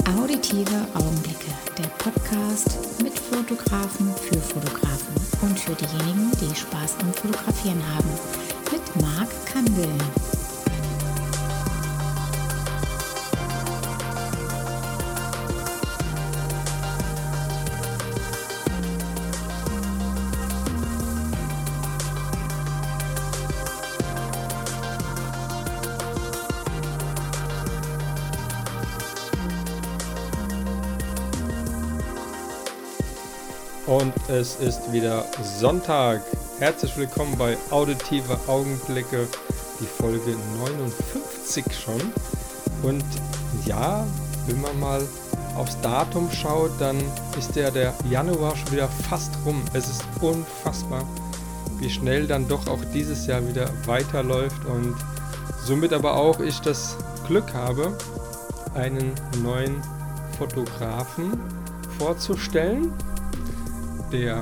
Auditive Augenblicke, der Podcast mit Fotografen für Fotografen und für diejenigen, die Spaß am Fotografieren haben, mit Marc Kandel. Und es ist wieder Sonntag. Herzlich willkommen bei Auditive Augenblicke, die Folge 59 schon. Und ja, wenn man mal aufs Datum schaut, dann ist der Januar schon wieder fast rum. Es ist unfassbar, wie schnell dann doch auch dieses Jahr wieder weiterläuft und somit aber auch ich das Glück habe, einen neuen Fotografen vorzustellen, der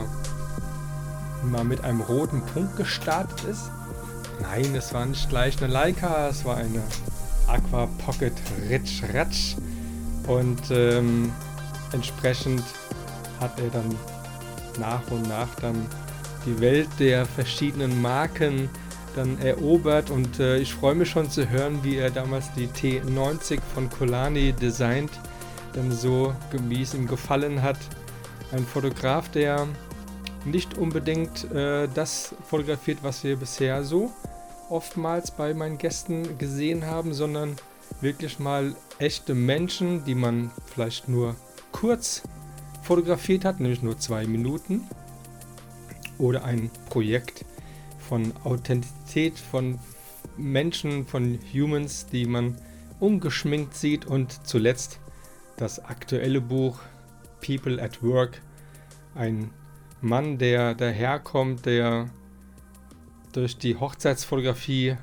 mal mit einem roten Punkt gestartet ist. Nein, es war nicht gleich eine Leica, es war eine Aqua Pocket Ritsch Ratsch und entsprechend hat er dann nach und nach dann die Welt der verschiedenen Marken dann erobert und ich freue mich schon zu hören, wie er damals die T90 von Colani designt, dann so, wie es ihm gefallen hat. Ein Fotograf, der nicht unbedingt das fotografiert, was wir bisher so oftmals bei meinen Gästen gesehen haben, sondern wirklich mal echte Menschen, die man vielleicht nur kurz fotografiert hat, nämlich nur 2 Minuten. Oder ein Projekt von Authentizität, von Menschen, von Humans, die man ungeschminkt sieht. Und zuletzt das aktuelle Buch People at Work, ein Mann, der daherkommt, der durch die Hochzeitsfotografie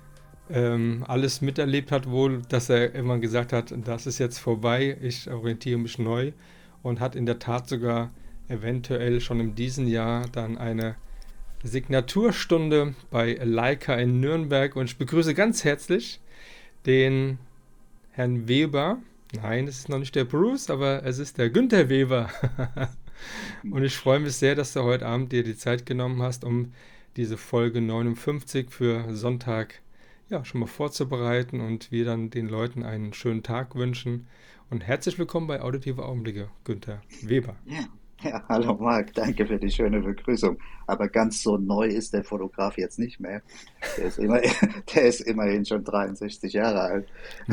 alles miterlebt hat, wohl, dass er immer gesagt hat, das ist jetzt vorbei, ich orientiere mich neu und hat in der Tat sogar eventuell schon in diesem Jahr dann eine Signaturstunde bei Leica in Nürnberg und ich begrüße ganz herzlich den Herrn Weber. Nein, es ist noch nicht der Bruce, aber es ist der Günther Weber. Und ich freue mich sehr, dass du heute Abend dir die Zeit genommen hast, um diese Folge 59 für Sonntag schon mal vorzubereiten und wir dann den Leuten einen schönen Tag wünschen. Und herzlich willkommen bei Auditive Augenblicke, Günther Weber. Ja, hallo Marc, danke für die schöne Begrüßung. Aber ganz so neu ist der Fotograf jetzt nicht mehr. Der ist immerhin schon 63 Jahre alt.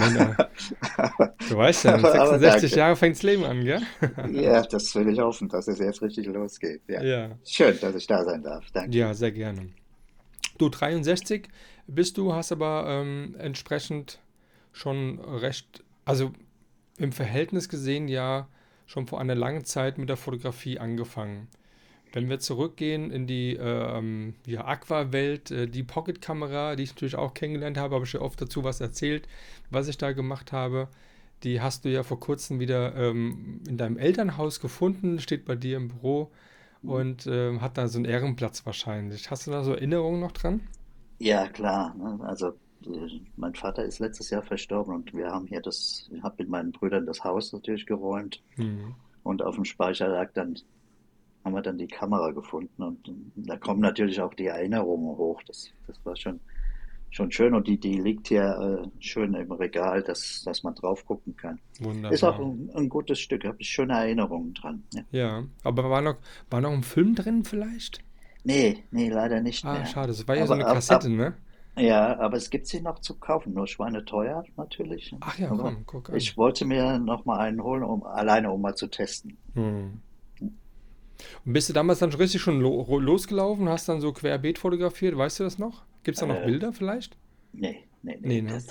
Du weißt ja, mit 66 Jahren fängt das Leben an, gell? Ja, das will ich hoffen, dass es jetzt richtig losgeht. Ja. Schön, dass ich da sein darf. Danke. Ja, sehr gerne. Du, 63 bist du, hast aber entsprechend schon recht, also im Verhältnis gesehen ja schon vor einer langen Zeit mit der Fotografie angefangen. Wenn wir zurückgehen in die Aqua-Welt, die Pocket-Kamera, die ich natürlich auch kennengelernt habe, habe ich ja oft dazu was erzählt, was ich da gemacht habe. Die hast du ja vor kurzem wieder in deinem Elternhaus gefunden, steht bei dir im Büro und hat da so einen Ehrenplatz wahrscheinlich. Hast du da so Erinnerungen noch dran? Ja, klar. Ne? Also mein Vater ist letztes Jahr verstorben und ich habe mit meinen Brüdern das Haus natürlich geräumt und auf dem Speicher haben wir dann die Kamera gefunden und da kommen natürlich auch die Erinnerungen hoch. Das war schon schön und die liegt hier schön im Regal, dass man drauf gucken kann. Wunderbar. Ist auch ein gutes Stück, habe ich schöne Erinnerungen dran. Ja, Ja, aber war noch ein Film drin vielleicht? nee, leider nicht Ah, mehr. schade, das war ja so Aber eine Kassette, ne? ja, aber es gibt sie noch zu kaufen, nur schweineteuer natürlich. Ach ja, Aber komm, guck an. ich wollte mir noch mal einen holen, alleine um mal zu testen. Hm. Und bist du damals dann richtig schon losgelaufen, hast dann so querbeet fotografiert, weißt du das noch? Gibt es da noch Äh, Bilder vielleicht? nee. Nee, ne?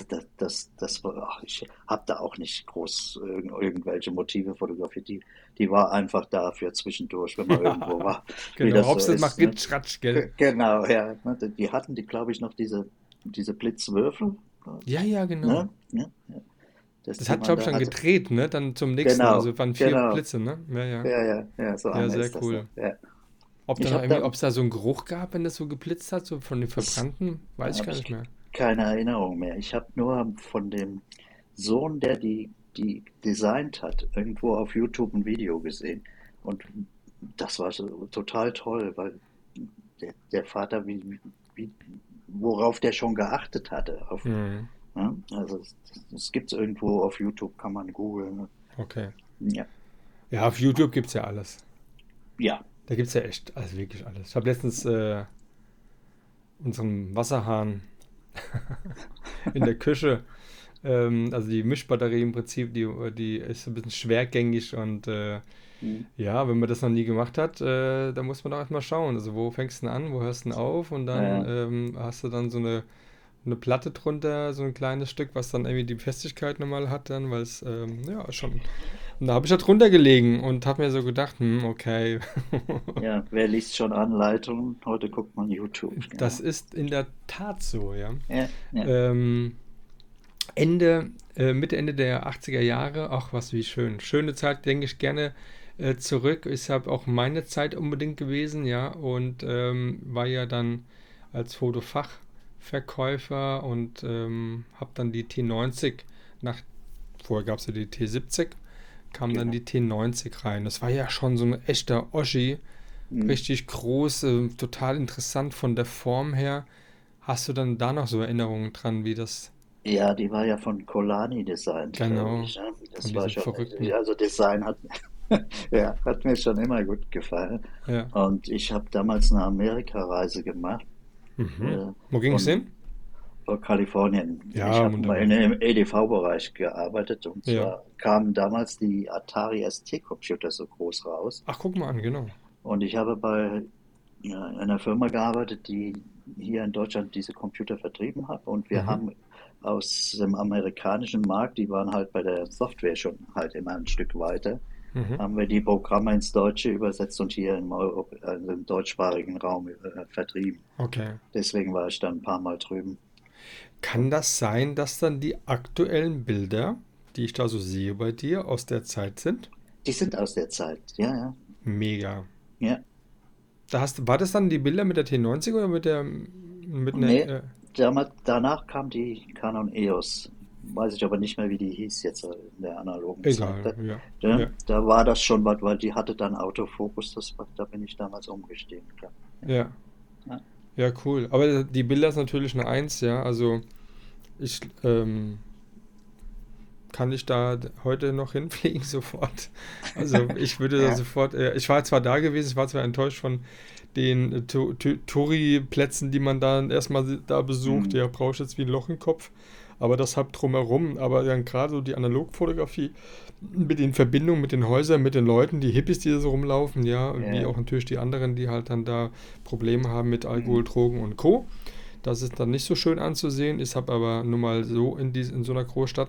Ich habe da auch nicht groß irgendwelche Motive fotografiert. Die war einfach da für zwischendurch, wenn man irgendwo war, wie Genau, das so Hauptsache macht ist. Ne? Ritsch-Ratsch, gell? Genau, ja. Ne, die hatten glaube ich, noch diese Blitzwürfel. Ja, genau. Ne? Ja, Das die hat, man glaube ich, da dann hatte. gedreht, ne? Dann zum nächsten, also Genau, waren 4 genau. Blitze, ne? Ja. Ja, so Ja, einer sehr ist das. Ne? cool. Ja. Ob da Ich noch habe irgendwie, da, ob es da so einen Geruch gab, wenn das so geblitzt hat, so von den das Verbrannten, weiß ich habe gar nicht ich mehr. keine Erinnerung mehr. Ich habe nur von dem Sohn, der die die designt hat, irgendwo auf YouTube ein Video gesehen. Und das war so total toll, weil der Vater, wie, worauf der schon geachtet hatte. Mhm. Ja, also das gibt es irgendwo auf YouTube, kann man googeln. Okay. Ja, Ja, auf YouTube gibt es ja alles. ja, Da gibt es ja echt, also wirklich alles. Ich habe letztens unseren Wasserhahn in der Küche, also die Mischbatterie im Prinzip, die ist ein bisschen schwergängig und hm, ja, wenn man das noch nie gemacht hat, da muss man doch erstmal schauen. Also wo fängst du denn an, wo hörst du denn auf und dann äh, hast du dann so eine Platte drunter, so ein kleines Stück, was dann irgendwie die Festigkeit nochmal hat dann, weil es, ja, schon. Und da habe ich da drunter gelegen und habe mir so gedacht, okay, ja, wer liest schon Anleitungen? Heute guckt man YouTube. das Genau. ist in der Tat so, ja. Ja, ja, Ähm, Mitte, Ende der 80er Jahre, ach was, wie schön. Schöne Zeit, denke ich gerne zurück. Ist halt auch meine Zeit unbedingt gewesen, ja. Und war ja dann als Fotofachverkäufer und habe dann die T90 nach, vorher gab es ja die T70, kam dann genau. die T90 rein. Das war ja schon so ein echter Oschi, Hm. richtig groß, total interessant von der Form her. Hast du dann da noch so Erinnerungen dran, wie das Ja, die war ja von Colani designt, glaube genau ich. Ne? von Das war diesem schon, verrückten, also Design hat, ja, hat mir schon immer gut gefallen. ja. Und ich habe damals eine Amerikareise gemacht Mhm. äh, Wo ging es hin? und Kalifornien. Ich Ja, habe mal wunderbar. im EDV-Bereich gearbeitet und Ja. zwar kamen damals die Atari ST-Computer so groß raus. Ach, guck mal an, genau. Und ich habe bei ja, einer Firma gearbeitet, die hier in Deutschland diese Computer vertrieben hat. Und wir Mhm. haben aus dem amerikanischen Markt, die waren halt bei der Software schon halt immer ein Stück weiter, Mhm. haben wir die Programme ins Deutsche übersetzt und hier also im deutschsprachigen Raum vertrieben. Okay. Deswegen war ich dann ein paar Mal drüben. Kann das sein, dass dann die aktuellen Bilder, die ich da so sehe bei dir, aus der Zeit sind? Die sind aus der Zeit, ja, ja, Mega. ja. War das dann die Bilder mit der T90 oder mit einer, Nee, danach kam die Canon EOS. Weiß ich aber nicht mehr, wie die hieß jetzt in der analogen Zeit. egal, ja. Da, Ja. da war das schon was, weil die hatte dann Autofokus, da bin ich damals umgestiegen. Klar. Ja. Ja. Ja, cool. Aber die Bilder ist natürlich eine Eins, ja. Also ich kann ich da heute noch hinfliegen sofort. Also ich würde da Ja. sofort, ich war zwar da gewesen, ich war zwar enttäuscht von den Touri-Plätzen, die man dann erstmal da besucht, Hm. ja, brauche ich jetzt wie ein Loch im Kopf, aber das halt drumherum, aber dann gerade so die Analogfotografie mit den Verbindungen mit den Häusern, mit den Leuten, die Hippies, die da so rumlaufen, ja, wie Ja. auch natürlich die anderen, die halt dann da Probleme haben mit Alkohol, Hm. Drogen und Co. Das ist dann nicht so schön anzusehen, ist hab aber nun mal so in so einer Großstadt.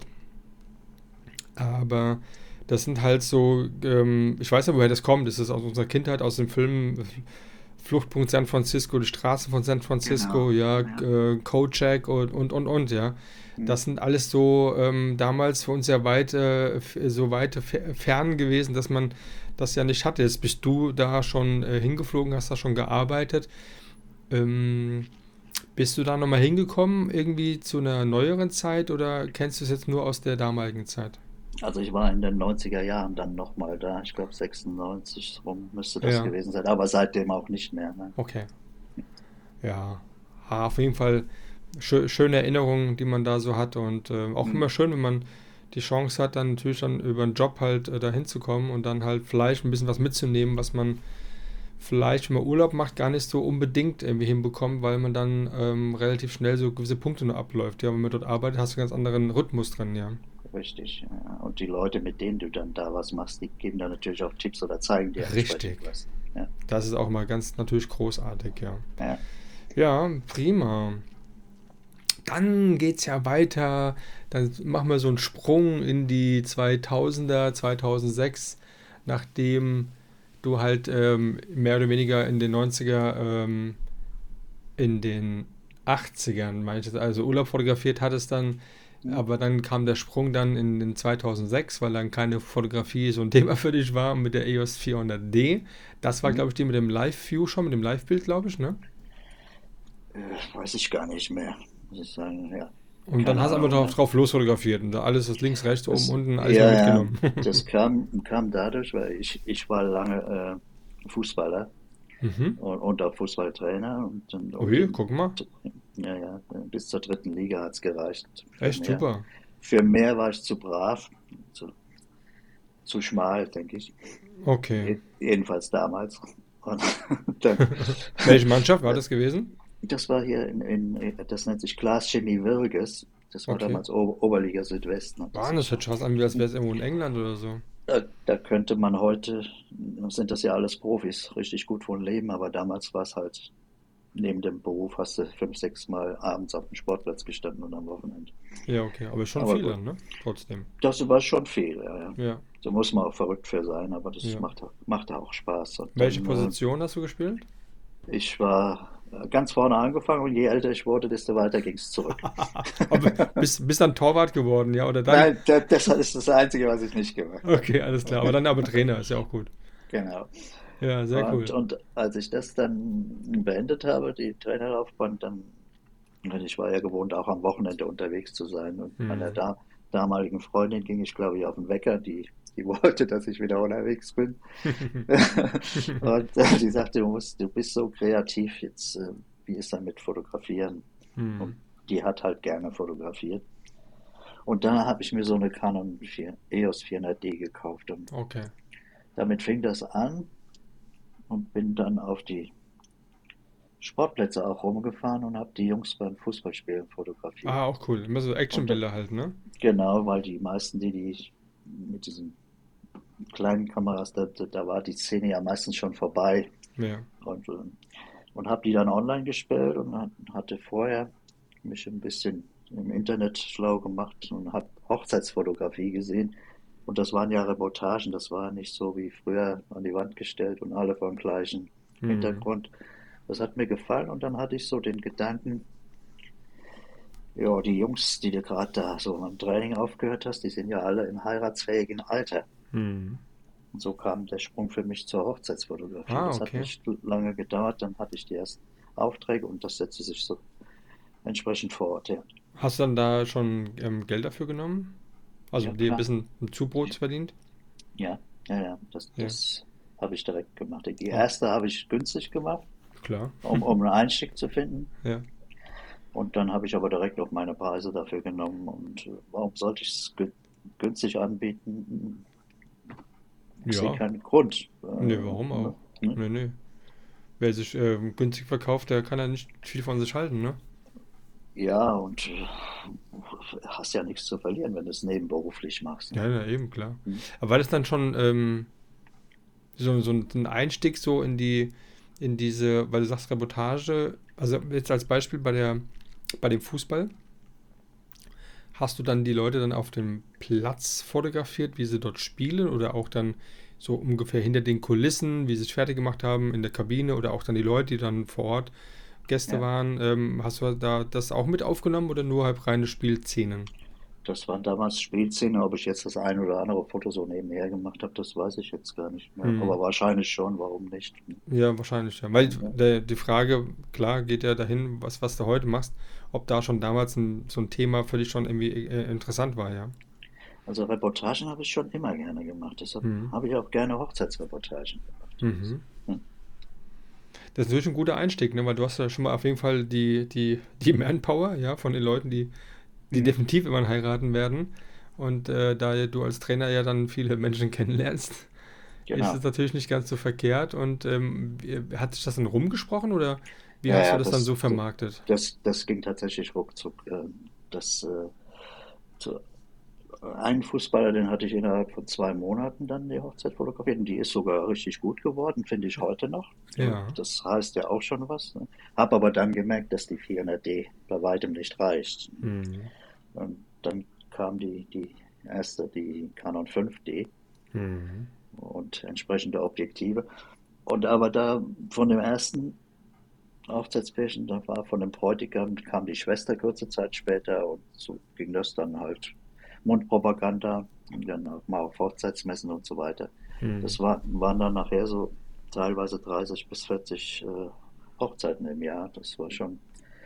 Aber das sind halt so, ich weiß ja, woher das kommt. Das ist aus unserer Kindheit, aus dem Film Fluchtpunkt San Francisco, die Straßen von San Francisco, Genau. ja, Ja. Kojak und, ja. Hm. Das sind alles so damals für uns ja so weit fern gewesen, dass man das ja nicht hatte. Jetzt bist du da schon hingeflogen, hast da schon gearbeitet. Ähm, Bist du da nochmal hingekommen, irgendwie zu einer neueren Zeit oder kennst du es jetzt nur aus der damaligen Zeit? Also ich war in den 90er Jahren dann nochmal da. Ich glaube 96 rum müsste das Ja, gewesen sein, aber seitdem auch nicht mehr. Ne? okay. Ja, auf jeden Fall schöne Erinnerungen, die man da so hat und auch Hm. immer schön, wenn man die Chance hat, dann natürlich dann über einen Job halt dahin zu kommen und dann halt vielleicht ein bisschen was mitzunehmen, was man vielleicht, wenn man Urlaub macht, gar nicht so unbedingt irgendwie hinbekommt, weil man dann relativ schnell so gewisse Punkte nur abläuft. Ja, wenn man dort arbeitet, hast du einen ganz anderen Rhythmus drin, ja. Richtig. Ja. Und die Leute, mit denen du dann da was machst, die geben dann natürlich auch Tipps oder zeigen dir entsprechend Richtig. was. Ja. Das ist auch mal ganz natürlich großartig, ja. Ja. Ja, prima. Dann geht's ja weiter. Dann machen wir so einen Sprung in die 2000er, 2006, nachdem du halt mehr oder weniger in den 90er, in den 80ern, meinst du, also Urlaub fotografiert hattest dann, Hm. aber dann kam der Sprung dann in den 2006, weil dann keine Fotografie so ein Thema für dich war mit der EOS 400D. Das war, Hm. glaube ich, die mit dem Live-View schon, mit dem Live-Bild, glaube ich, ne? Weiß ich gar nicht mehr, muss ich sagen. Ja. Und dann hast du einfach drauf losfotografiert und da alles, was links, rechts, oben, unten, alles ja, mitgenommen. das kam dadurch, weil ich war lange Fußballer und auch Fußballtrainer. Ui, guck mal. Ja, bis zur 3. Liga hat es gereicht. Echt super. Für mehr war ich zu brav, zu schmal, denke ich. Okay. Jedenfalls damals. Und dann, Welche Mannschaft war das gewesen? das war hier das nennt sich Glaschemie Wirges. Das war Okay. damals Oberliga Südwesten. Und Das hört schon fast an, wie als wäre es irgendwo in England oder so. da könnte man heute, sind das ja alles Profis, richtig gut von leben, aber damals war es halt, neben dem Beruf hast du 5, 6 Mal abends auf dem Sportplatz gestanden und am Wochenende. Ja, okay. Aber schon Aber viel gut, dann, ne? Trotzdem. das war schon viel, ja. Ja, Da muss man auch verrückt für sein, aber das ja. macht auch Spaß. Und Welche dann, Position hast du gespielt? ich war ganz vorne angefangen und je älter ich wurde, desto weiter ging es zurück. Aber bist dann Torwart geworden, ja? Oder dann? Nein, das ist das Einzige, was ich nicht gemacht habe. Okay, alles klar. Aber Trainer ist ja auch gut. Genau. Ja, sehr cool. Und als ich das dann beendet habe, die Trainerlaufbahn, ich war ja gewohnt, auch am Wochenende unterwegs zu sein. Und meiner Hm. damaligen Freundin ging ich, glaube ich, auf den Wecker, die wollte, dass ich wieder unterwegs bin. Und die sagte, du bist so kreativ, jetzt, wie ist dann mit Fotografieren? Und Hm. die hat halt gerne fotografiert. Und da habe ich mir so eine Canon EOS 400D gekauft. Und Okay. damit fing das an und bin dann auf die Sportplätze auch rumgefahren und habe die Jungs beim Fußballspielen fotografiert. Ah, auch cool. Immer so Und Actionbilder halt, ne? genau, weil die meisten, die mit diesen kleinen Kameras, da war die Szene ja meistens schon vorbei. Ja. Und, habe die dann online gestellt und hatte vorher mich ein bisschen im Internet schlau gemacht und habe Hochzeitsfotografie gesehen. Und das waren ja Reportagen, das war nicht so wie früher an die Wand gestellt und alle vor dem gleichen Hm. Hintergrund. Das hat mir gefallen und dann hatte ich so den Gedanken, ja, die Jungs, die du gerade da so im Training aufgehört hast, die sind ja alle im heiratsfähigen Alter. Hm. Und so kam der Sprung für mich zur Hochzeitsfotografie. Ah, Das hat okay. nicht lange gedauert, dann hatte ich die ersten Aufträge und das setzte sich so entsprechend fort. Ja, Hast du dann da schon Geld dafür genommen? Also ja dir ein klar. bisschen ein Zubrot Ich, verdient? ja, Ja. das habe ich direkt gemacht. Die Oh, erste habe ich günstig gemacht, klar. um einen Einstieg zu finden. Ja. Und dann habe ich aber direkt auch meine Preise dafür genommen. Und warum sollte ich es günstig anbieten? Ich sehe Ja. keinen Grund. Nee, warum auch? Ne? Nee, nee. Wer sich günstig verkauft, der kann ja nicht viel von sich halten, ne? Ja, und hast ja nichts zu verlieren, wenn du es nebenberuflich machst. Ne? Ja, ja, eben, klar. Hm? Aber war das dann schon so ein Einstieg so in diese, weil du sagst Reportage, also jetzt als Beispiel bei dem Fußball, hast du dann die Leute dann auf dem Platz fotografiert, wie sie dort spielen oder auch dann so ungefähr hinter den Kulissen, wie sie sich fertig gemacht haben in der Kabine oder auch dann die Leute, die dann vor Ort Gäste Ja, waren. Hast du da das auch mit aufgenommen oder nur halb reine Spielszenen? das waren damals Spielszenen. Ob ich jetzt das ein oder andere Foto so nebenher gemacht habe, das weiß ich jetzt gar nicht mehr. Hm. Aber wahrscheinlich schon, warum nicht? Ja, wahrscheinlich, ja. Weil Ja. die Frage, klar, geht ja dahin, was du heute machst, ob da schon damals so ein Thema für dich schon irgendwie interessant war, ja. Also Reportagen habe ich schon immer gerne gemacht. Deshalb Mhm. habe ich auch gerne Hochzeitsreportagen gemacht. Mhm. Hm. Das ist natürlich ein guter Einstieg, ne? Weil du hast ja schon mal auf jeden Fall die Manpower, ja, von den Leuten, die Mhm. definitiv immer heiraten werden. Und da du als Trainer ja dann viele Menschen kennenlernst, ist es Genau. natürlich nicht ganz so verkehrt. Und hat sich das dann rumgesprochen oder wie Ja, hast du ja, das dann so vermarktet? das ging tatsächlich ruckzuck. Das, zu, einen Fußballer, den hatte ich innerhalb von 2 Monaten dann die Hochzeit fotografiert und die ist sogar richtig gut geworden, finde ich heute noch. Ja. Das heißt ja auch schon was. Ne? Hab aber dann gemerkt, dass die 400D bei weitem nicht reicht. Mhm. Und dann kam die erste, die Canon 5D Mhm. und entsprechende Objektive. Und aber da von dem ersten Hochzeitspärchen, da war von dem Bräutigam, kam die Schwester kurze Zeit später und so ging das dann halt Mundpropaganda und dann auch mal auf Hochzeitsmessen und so weiter. Mhm. Waren dann nachher so teilweise 30 bis 40 Hochzeiten im Jahr. Das war schon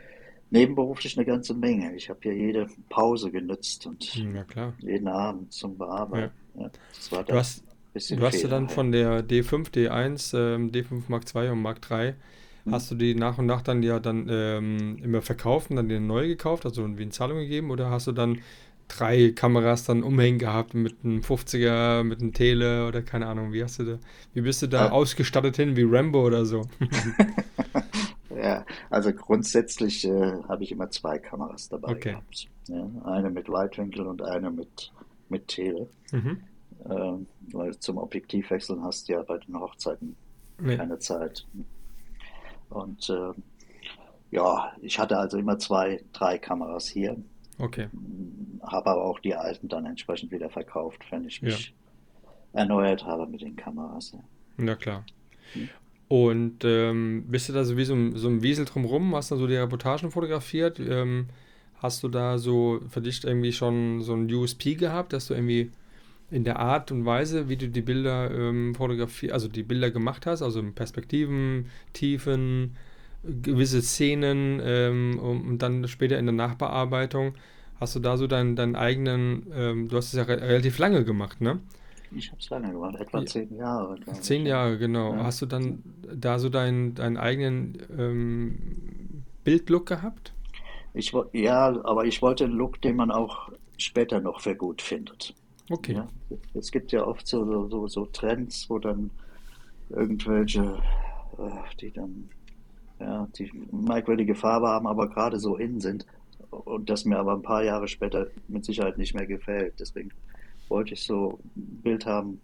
Nebenberuflich eine ganze Menge. Ich habe hier jede Pause genutzt und Ja, klar. jeden Abend zum Ja. Bearbeiten. Ja, das war Du dann ein hast, bisschen du hast ja Fehler. dann Ja. von der D5, D1, D5 Mark II und Mark III, Hm. hast du die nach und nach dann ja dann immer verkauft und dann dir neu gekauft, also wie in Zahlung gegeben, oder hast du dann drei Kameras dann umhängen gehabt mit einem 50er, mit einem Tele oder keine Ahnung, wie bist du da Äh, ausgestattet hin, wie Rambo oder so? Ja, also grundsätzlich habe ich immer zwei Kameras dabei Okay. gehabt. Ja, eine mit Weitwinkel und eine mit Tele. Mhm. Weil zum Objektivwechseln hast du ja bei den Hochzeiten Nee. keine Zeit. Und ja, ich hatte also immer zwei, drei Kameras hier, Okay. habe aber auch die alten dann entsprechend wieder verkauft, wenn ich Ja. mich erneuert habe mit den Kameras. Ja. Na klar. Hm. Und bist du da so wie so ein Wiesel drumrum? Hast du so die Reportagen fotografiert? Hast du da so für dich irgendwie schon so ein USP gehabt, dass du irgendwie in der Art und Weise, wie du die Bilder also die Bilder gemacht hast, also Perspektiven, Tiefen, gewisse Szenen und dann später in der Nachbearbeitung, hast du da so deinen eigenen, du hast es ja relativ lange gemacht, ne? Ich habe es lange gemacht, etwa Ja, 10 Jahre, glaube ich. 10 Jahre, genau. Ja. Hast du dann da so deinen eigenen Bildlook gehabt? Ja, aber ich wollte einen Look, den man auch später noch für gut findet. Okay. Ja, es gibt ja oft so Trends, wo dann irgendwelche, die dann, ja, die merkwürdige Farbe haben, aber gerade so in sind und das mir aber ein paar Jahre später mit Sicherheit nicht mehr gefällt. Deswegen wollte ich so ein Bild haben,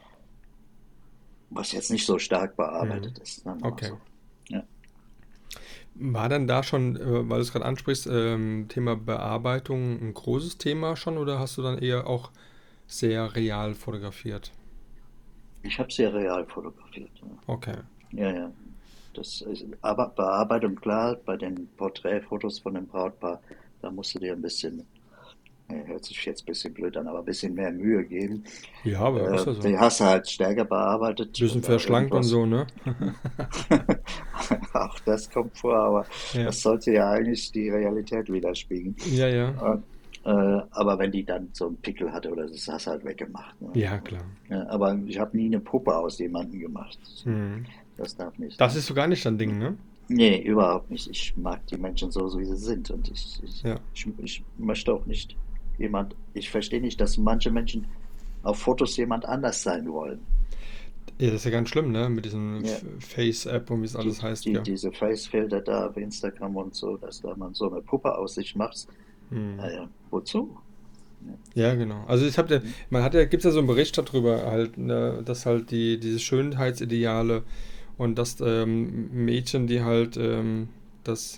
was jetzt nicht so stark Mhm. bearbeitet ist. Sagen wir mal Okay. so. Ja. War dann da schon, weil du es gerade ansprichst, Thema Bearbeitung ein großes Thema schon oder hast du dann eher auch sehr real fotografiert? Ich habe sehr real fotografiert. Okay. Ja, ja. Ja. Das ist, aber Bearbeitung, klar, bei den Porträtfotos von dem Brautpaar, da musst du dir ein bisschen, hört sich jetzt ein bisschen blöd an, aber ein bisschen mehr Mühe geben. Ja, aber ist ja so. Die hast du halt stärker bearbeitet, Bisschen wenn da verschlankt und irgendwas. so, ne? Auch das kommt vor, aber Ja. das sollte ja eigentlich die Realität widerspiegeln. Ja, ja. Äh, aber wenn die dann so einen Pickel hatte oder das hast du halt weggemacht. Ne? Ja, klar. Ja, aber ich habe nie eine Puppe aus jemandem gemacht. Mhm. Das darf nicht Das sein. ist so gar nicht dein Ding, ne? Nee, überhaupt nicht. Ich mag die Menschen so, wie sie sind. Und Ja. ich möchte auch nicht ich verstehe nicht, dass manche Menschen auf Fotos jemand anders sein wollen. Ja, das ist ja ganz schlimm, ne? Mit diesem Ja, Face-App und wie es alles heißt, ja. diese Facefilter da auf Instagram und so, dass da man so eine Puppe aus sich macht. Mhm. Wozu? Ja. Ja, genau. Also gibt es ja so einen Bericht darüber halt, ne, dass halt diese Schönheitsideale und dass Mädchen, die halt das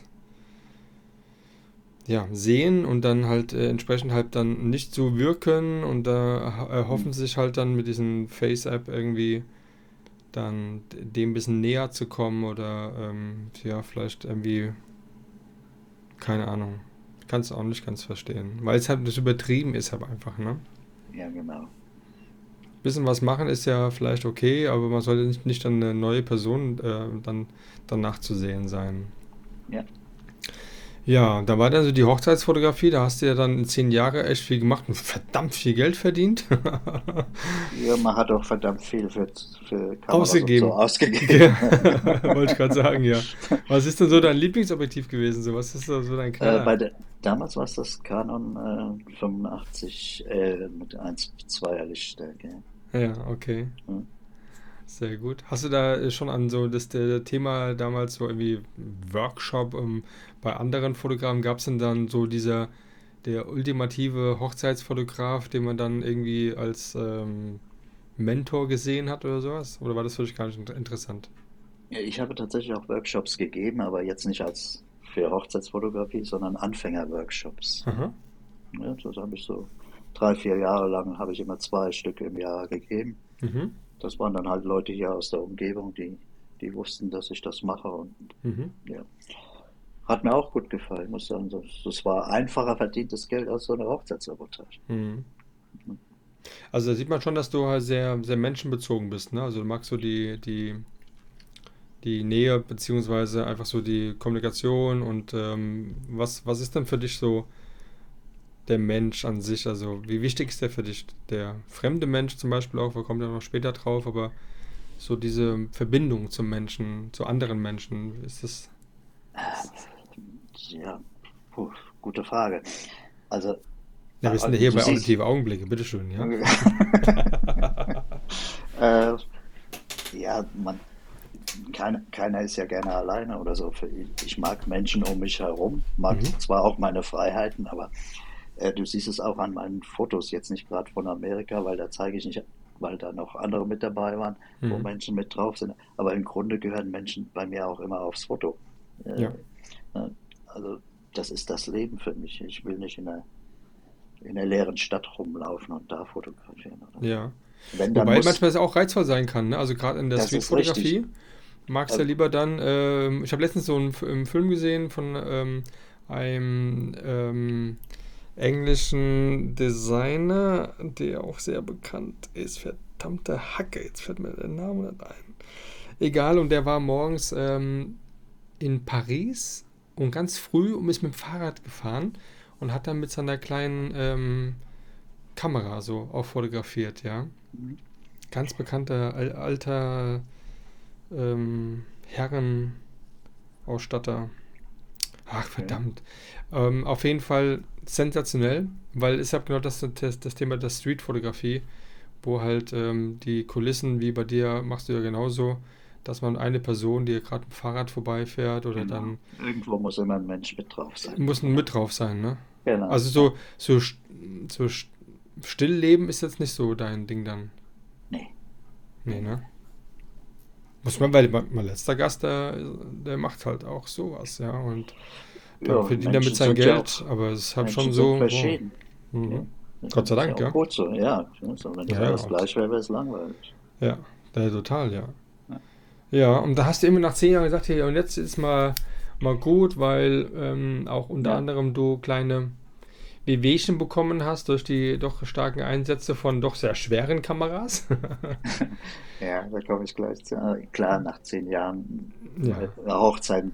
ja, sehen und dann halt entsprechend halt dann nicht so wirken und da Hm. erhoffen sie sich halt dann mit diesen Face-App irgendwie dann dem ein bisschen näher zu kommen oder ja, vielleicht irgendwie, keine Ahnung. Kann es auch nicht ganz verstehen. Weil es halt das übertrieben ist halt einfach, ne? Ja, genau. Bisschen was machen ist ja vielleicht okay, aber man sollte nicht dann eine neue Person dann danach zu sehen sein. Ja. Ja, da war dann so die Hochzeitsfotografie, da hast du ja dann in 10 Jahre echt viel gemacht und verdammt viel Geld verdient. Ja, man hat auch verdammt viel für Kameras und so Ausgegeben. ausgegeben. Wollte ich gerade sagen, ja. Was ist denn so dein Lieblingsobjektiv gewesen? So, was ist da so dein Knaller? Damals war es das Canon 85 mit 1,2er Lichtstärke. Ja, okay. Hm. Sehr gut. Hast du da schon an so der Thema damals so irgendwie Workshop bei anderen Fotografen, gab es denn dann so der ultimative Hochzeitsfotograf, den man dann irgendwie als Mentor gesehen hat oder sowas? Oder war das für dich gar nicht interessant? Ja, ich habe tatsächlich auch Workshops gegeben, aber jetzt nicht als für Hochzeitsfotografie, sondern Anfänger-Workshops. Aha. Ja, das habe ich so 3, 4 Jahre lang habe ich immer 2 Stück im Jahr gegeben. Mhm. Das waren dann halt Leute hier aus der Umgebung, die wussten, dass ich das mache und Mhm. ja, hat mir auch gut gefallen, muss sagen. Das war einfacher verdientes Geld als so eine Hochzeitsreportage. Mhm. Also da sieht man schon, dass du halt sehr, sehr menschenbezogen bist, ne? Also du magst so die die Nähe, beziehungsweise einfach so die Kommunikation und was ist denn für dich so der Mensch an sich? Also wie wichtig ist der für dich? Der fremde Mensch zum Beispiel auch, wir kommen ja noch später drauf, aber so diese Verbindung zum Menschen, zu anderen Menschen, ist das... Ja, gute Frage. Also, Ja, wir sind ja hier du bei siehst, auditive Augenblicke, bitteschön, ja? äh, ja, keiner ist ja gerne alleine oder so. Ich mag Menschen um mich herum, mag Mhm. zwar auch meine Freiheiten, aber du siehst es auch an meinen Fotos, jetzt nicht gerade von Amerika, weil da zeige ich nicht, weil da noch andere mit dabei waren, wo Mhm. Menschen mit drauf sind. Aber im Grunde gehören Menschen bei mir auch immer aufs Foto. Äh, Ja, äh, also das ist das Leben für mich. Ich will nicht in der leeren Stadt rumlaufen und da fotografieren oder so. ja. Wenn, dann Wobei muss, manchmal es auch reizvoll sein kann, ne? Also gerade in der das ist richtig. Streetfotografie magst du ja Also, lieber dann, ich habe letztens so einen Film gesehen von einem englischen Designer, der auch sehr bekannt ist. Verdammte Hacke, jetzt fällt mir der Name nicht ein. Egal, und der war morgens in Paris und ganz früh und ist mit dem Fahrrad gefahren und hat dann mit seiner kleinen Kamera so auch fotografiert, ja. Ganz bekannter alter Herrenausstatter. Ach, okay. verdammt. Auf jeden Fall sensationell, weil ich habe genau das Thema der Streetfotografie, wo halt die Kulissen, wie bei dir, machst du ja genauso, dass man eine Person, die gerade mit dem Fahrrad vorbeifährt oder Genau. dann Irgendwo muss immer ein Mensch mit drauf sein. muss ein Genau. mit drauf sein, ne? Genau. Also Ja. so Stillleben ist jetzt nicht so dein Ding dann. Nee, Nee, nee, nee. ne? Muss man, weil mein letzter Gast, der macht halt auch sowas, ja. Und dann Ja, verdient er mit sein Geld, aber es ist halt schon Menschen sind so, wow. verschieden. Mhm. Ja. Ja, Gott sei ist ja Dank, auch ja. gut so. Ja, so, wenn das Ja, ja, alles gleich wäre, wäre es langweilig. ja, ja, total, ja. Ja. Ja, und da hast du immer nach 10 Jahren gesagt, hey, und jetzt ist mal gut, weil auch unter Ja, anderem du kleine Wehwehchen bekommen hast durch die doch starken Einsätze von doch sehr schweren Kameras. ja, da komme ich gleich zu. Klar, nach 10 Jahren Ja, Hochzeit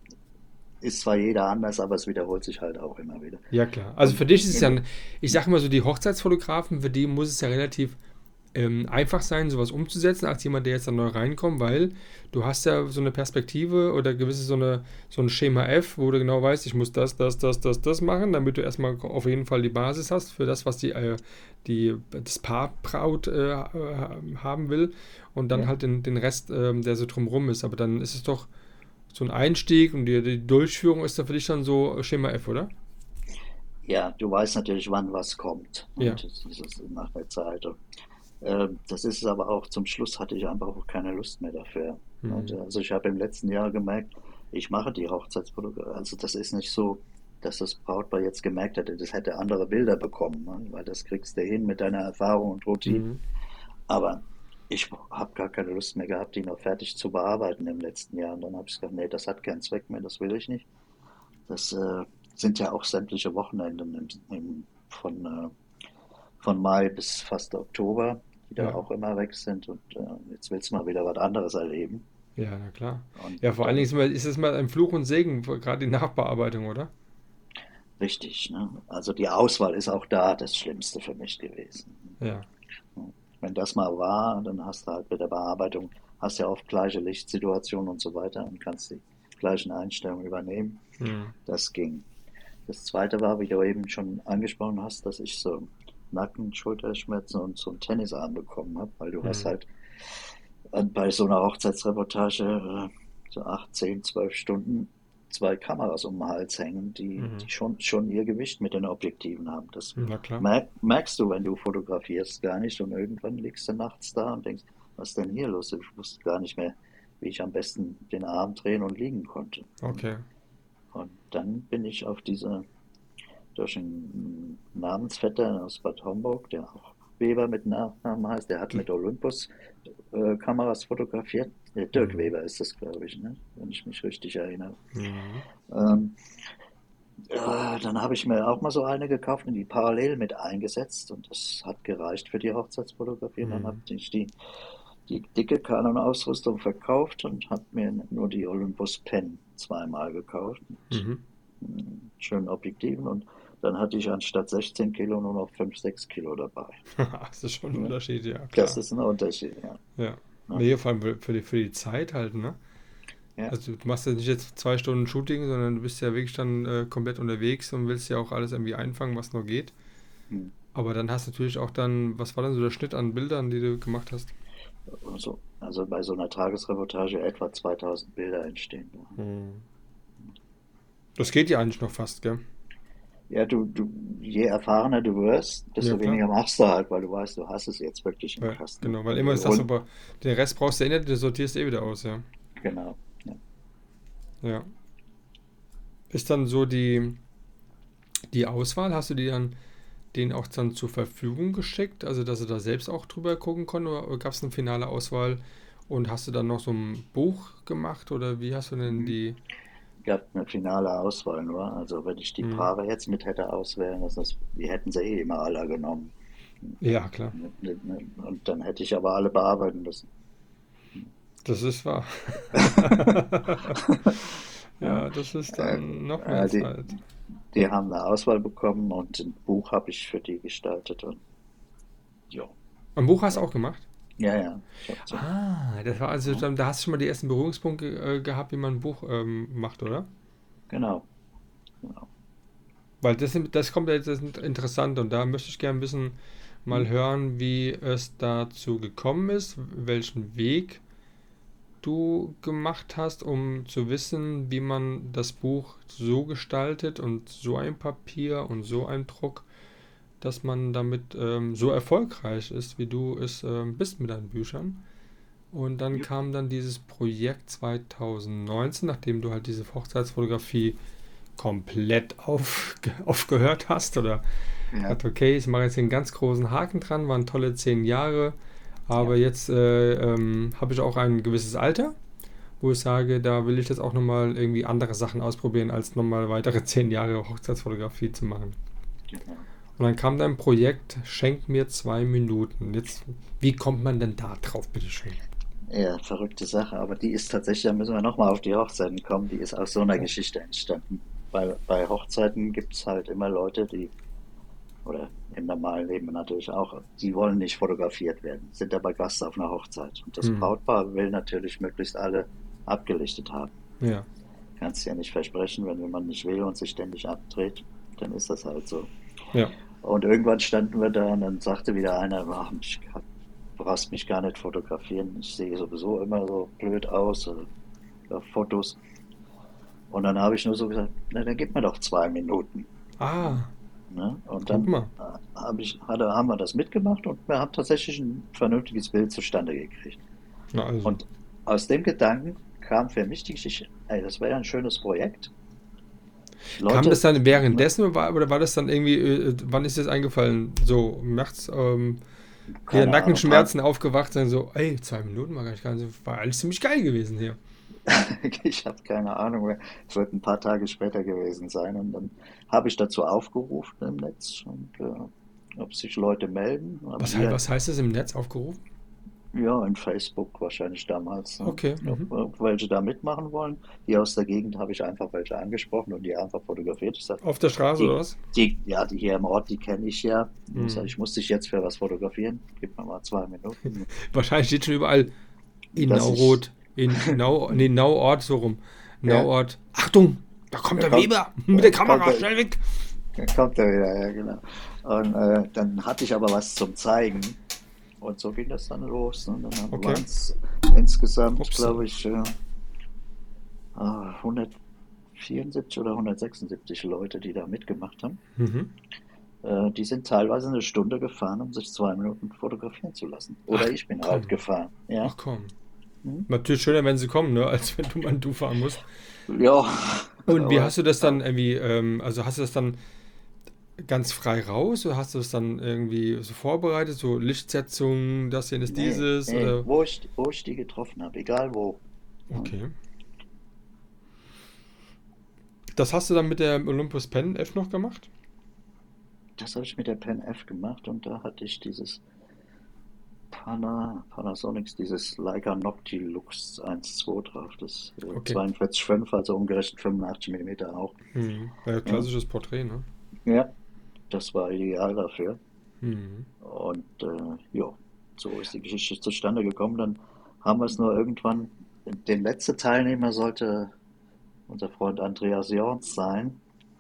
ist zwar jeder anders, aber es wiederholt sich halt auch immer wieder. ja klar. Also Und für dich ist es ja, ich sage mal so, die Hochzeitsfotografen, für die muss es ja relativ einfach sein, sowas umzusetzen, als jemand, der jetzt da neu reinkommt, weil du hast ja so eine Perspektive oder gewisse so ein Schema F, wo du genau weißt, ich muss das machen, damit du erstmal auf jeden Fall die Basis hast für das, was das Paar Braut haben will und dann ja, halt den Rest, der so drumrum ist. Aber dann ist es doch so ein Einstieg und die Durchführung ist da für dich dann so Schema F, oder? ja, du weißt natürlich, wann was kommt. Ja. Und das ist nach der Zeit. Das ist es aber auch, zum Schluss hatte ich einfach auch keine Lust mehr dafür. Und Hm. also ich habe im letzten Jahr gemerkt, ich mache die Hochzeitsprodukte. Also das ist nicht so, dass das Brautpaar jetzt gemerkt hätte, das hätte andere Bilder bekommen, ne? Weil das kriegst du hin mit deiner Erfahrung und Routine. Hm. Aber ich habe gar keine Lust mehr gehabt, die noch fertig zu bearbeiten im letzten Jahr. Und dann habe ich gesagt, nee, das hat keinen Zweck mehr, das will ich nicht. Das sind ja auch sämtliche Wochenenden von Mai bis fast Oktober, die da Ja. auch immer weg sind. Und jetzt willst du mal wieder was anderes erleben. Ja, na klar. Und Ja, vor allen Dingen dann ist es mal ein Fluch und Segen, gerade die Nachbearbeitung, oder? richtig, ne? Also die Auswahl ist auch da das Schlimmste für mich gewesen. Ja. Wenn das mal war, dann hast du halt mit der Bearbeitung, hast ja oft gleiche Lichtsituationen und so weiter und kannst die gleichen Einstellungen übernehmen. Hm. Das ging. Das zweite war, wie du eben schon angesprochen hast, dass ich so Nacken, Schulterschmerzen und so einen Tennisarm bekommen habe, weil du hast Hm. halt bei so einer Hochzeitsreportage so 8, 10, 12 Stunden zwei Kameras um den Hals hängen, die Mhm. schon ihr Gewicht mit den Objektiven haben. Das Na klar. merkst du, wenn du fotografierst, gar nicht. Und irgendwann liegst du nachts da und denkst, was ist denn hier los? Ich wusste gar nicht mehr, wie ich am besten den Arm drehen und liegen konnte. Okay. Und dann bin ich durch einen Namensvetter aus Bad Homburg, der auch Weber mit Nachnamen heißt, der hat mit Olympus Kameras fotografiert. Dirk Mhm. Weber ist das, glaube ich, ne? Wenn ich mich richtig erinnere. Mhm. Ähm, dann habe ich mir auch mal so eine gekauft und die parallel mit eingesetzt und das hat gereicht für die Hochzeitsfotografie. Und dann habe Mhm. ich die die dicke Canon-Ausrüstung verkauft und habe mir nur die Olympus Pen zweimal gekauft mit Mhm. schönen Objektiven und dann hatte ich anstatt 16 Kilo nur noch 5, 6 Kilo dabei. Das ist schon ein Ne? Unterschied, ja, Das klar. ist ein Unterschied, ja. Ja. Ne? Nee, vor allem für die Zeit halt, ne? Ja. Also du machst ja nicht jetzt 2 Stunden Shooting, sondern du bist ja wirklich dann komplett unterwegs und willst ja auch alles irgendwie einfangen, was nur geht. Hm. Aber dann hast du natürlich auch dann, was war dann so der Schnitt an Bildern, die du gemacht hast? Also bei so einer Tagesreportage etwa 2000 Bilder entstehen. Hm. Das geht ja eigentlich noch fast, gell? Ja, je erfahrener du wirst, Ja, desto klar. weniger machst du halt, weil du weißt, du hast es jetzt wirklich im Weil, Kasten. genau, weil Wenn immer du, ist das so, und, aber den Rest brauchst du eh nicht, du sortierst eh wieder aus, ja. genau. Ja. Ja. Ist dann so die Auswahl, hast du die dann denen auch dann zur Verfügung geschickt, also dass sie da selbst auch drüber gucken konnten, oder gab es eine finale Auswahl und hast du dann noch so ein Buch gemacht oder wie hast du denn Mhm. die? Gab eine finale Auswahl nur. Also wenn ich die Hm. Paare jetzt mit hätte auswählen lassen, die hätten sie eh immer alle genommen. Ja, klar, Und dann hätte ich aber alle bearbeiten müssen. das ist wahr. Ja, Ja, das ist äh, dann noch mehr die, Zeit. die haben eine Auswahl bekommen und ein Buch habe ich für die gestaltet. Und ja, Ein Buch hast du ja, auch gemacht? ja, ja. Ich habe so. Ah, das war also, Ja, da hast du schon mal die ersten Berührungspunkte gehabt, wie man ein Buch macht, oder? genau, genau. Weil das kommt ja jetzt das ist interessant und da möchte ich gerne ein bisschen Hm? mal hören, wie es dazu gekommen ist, welchen Weg du gemacht hast, um zu wissen, wie man das Buch so gestaltet und so ein Papier und so ein Druck, dass man damit so erfolgreich ist, wie du es bist mit deinen Büchern. Und dann Jupp. kam dann dieses Projekt 2019, nachdem du halt diese Hochzeitsfotografie komplett aufgehört hast oder Ja, gesagt, okay, ich mache jetzt hier einen ganz großen Haken dran, waren tolle 10 Jahre, ja. aber jetzt habe ich auch ein gewisses Alter, wo ich sage, da will ich jetzt auch nochmal irgendwie andere Sachen ausprobieren, als nochmal weitere 10 Jahre Hochzeitsfotografie zu machen. Genau. Und dann kam dein Projekt, schenk mir 2 Minuten. Jetzt, wie kommt man denn da drauf, bitteschön? Ja, verrückte Sache, aber die ist tatsächlich, da müssen wir nochmal auf die Hochzeiten kommen, die ist aus so einer Oh. Geschichte entstanden. Bei Hochzeiten gibt es halt immer Leute, oder im normalen Leben natürlich auch, die wollen nicht fotografiert werden, sind aber Gast auf einer Hochzeit. Und das Hm. Brautpaar will natürlich möglichst alle abgelichtet haben. Ja. Kannst ja nicht versprechen, wenn jemand nicht will und sich ständig abdreht, dann ist das halt so. Ja. Und irgendwann standen wir da und dann sagte wieder einer, ach, du brauchst mich gar nicht fotografieren, ich sehe sowieso immer so blöd aus auf Fotos. Und dann habe ich nur so gesagt, na, dann gib mir doch 2 Minuten. Ah, Ne? Und guck dann mal. haben wir das mitgemacht und wir haben tatsächlich ein vernünftiges Bild zustande gekriegt. Na also. Und aus dem Gedanken kam für mich die Geschichte, ey, das wäre ja ein schönes Projekt. Kam das Leute, dann ne, währenddessen oder war das dann irgendwie, wann ist dir das eingefallen? So, nachts, hier keine Ahnung, Nackenschmerzen aufgewacht sein, so, ey, 2 Minuten war gar nicht gar nicht, war alles ziemlich geil gewesen hier. ich habe keine Ahnung mehr. Es wird ein paar Tage später gewesen sein. Und dann habe ich dazu aufgerufen im Netz, und, ob sich Leute melden. Haben die, Was heißt das im Netz aufgerufen? ja, in Facebook wahrscheinlich damals, ne? Okay, Ob, mhm. ob welche da mitmachen wollen. Hier aus der Gegend habe ich einfach welche angesprochen und die einfach fotografiert. Ich sage, Auf der Straße oder was? die hier im Ort, die kenne ich ja. Ich sage, Hm. ich muss dich jetzt für was fotografieren. Gib mir mal 2 Minuten. Wahrscheinlich steht schon überall in Dass ich, Naurot, nee, Nauort, so rum. ja, Nauort. Achtung, da kommt da der kommt, Weber mit da der kommt Kamera, er, schnell weg. da kommt er wieder, ja, genau. Und dann hatte ich aber was zum Zeigen. Und so ging das dann los. Ne? Dann Okay. waren es insgesamt, Upsa. glaube ich, 174 oder 176 Leute, die da mitgemacht haben. Mhm. Die sind teilweise eine Stunde gefahren, um sich 2 Minuten fotografieren zu lassen. Ach Oder ich bin halt komm, gefahren. Ja, ach komm. hm? Natürlich schöner, wenn sie kommen, ne, als wenn du mal du fahren musst. Ja, Und wie aber, hast du das dann aber irgendwie, also hast du das dann ganz frei raus oder hast du das dann irgendwie so vorbereitet, so Lichtsetzung, das hier ist nee, dieses nee, oder? wo ich die getroffen habe, egal wo. Ne? Okay. Das hast du dann mit der Olympus Pen F noch gemacht? Das habe ich mit der Pen F gemacht und da hatte ich Panasonic, dieses Leica Noctilux 1.2 drauf, das Okay. 42,5, also umgerechnet 85 Millimeter auch. Ja, Ja, klassisches Porträt, ne? ja, das war ideal dafür. Mhm. Und ja, so ist die Geschichte zustande gekommen. Dann haben wir es nur irgendwann, der letzte Teilnehmer sollte unser Freund Andreas Jorns sein.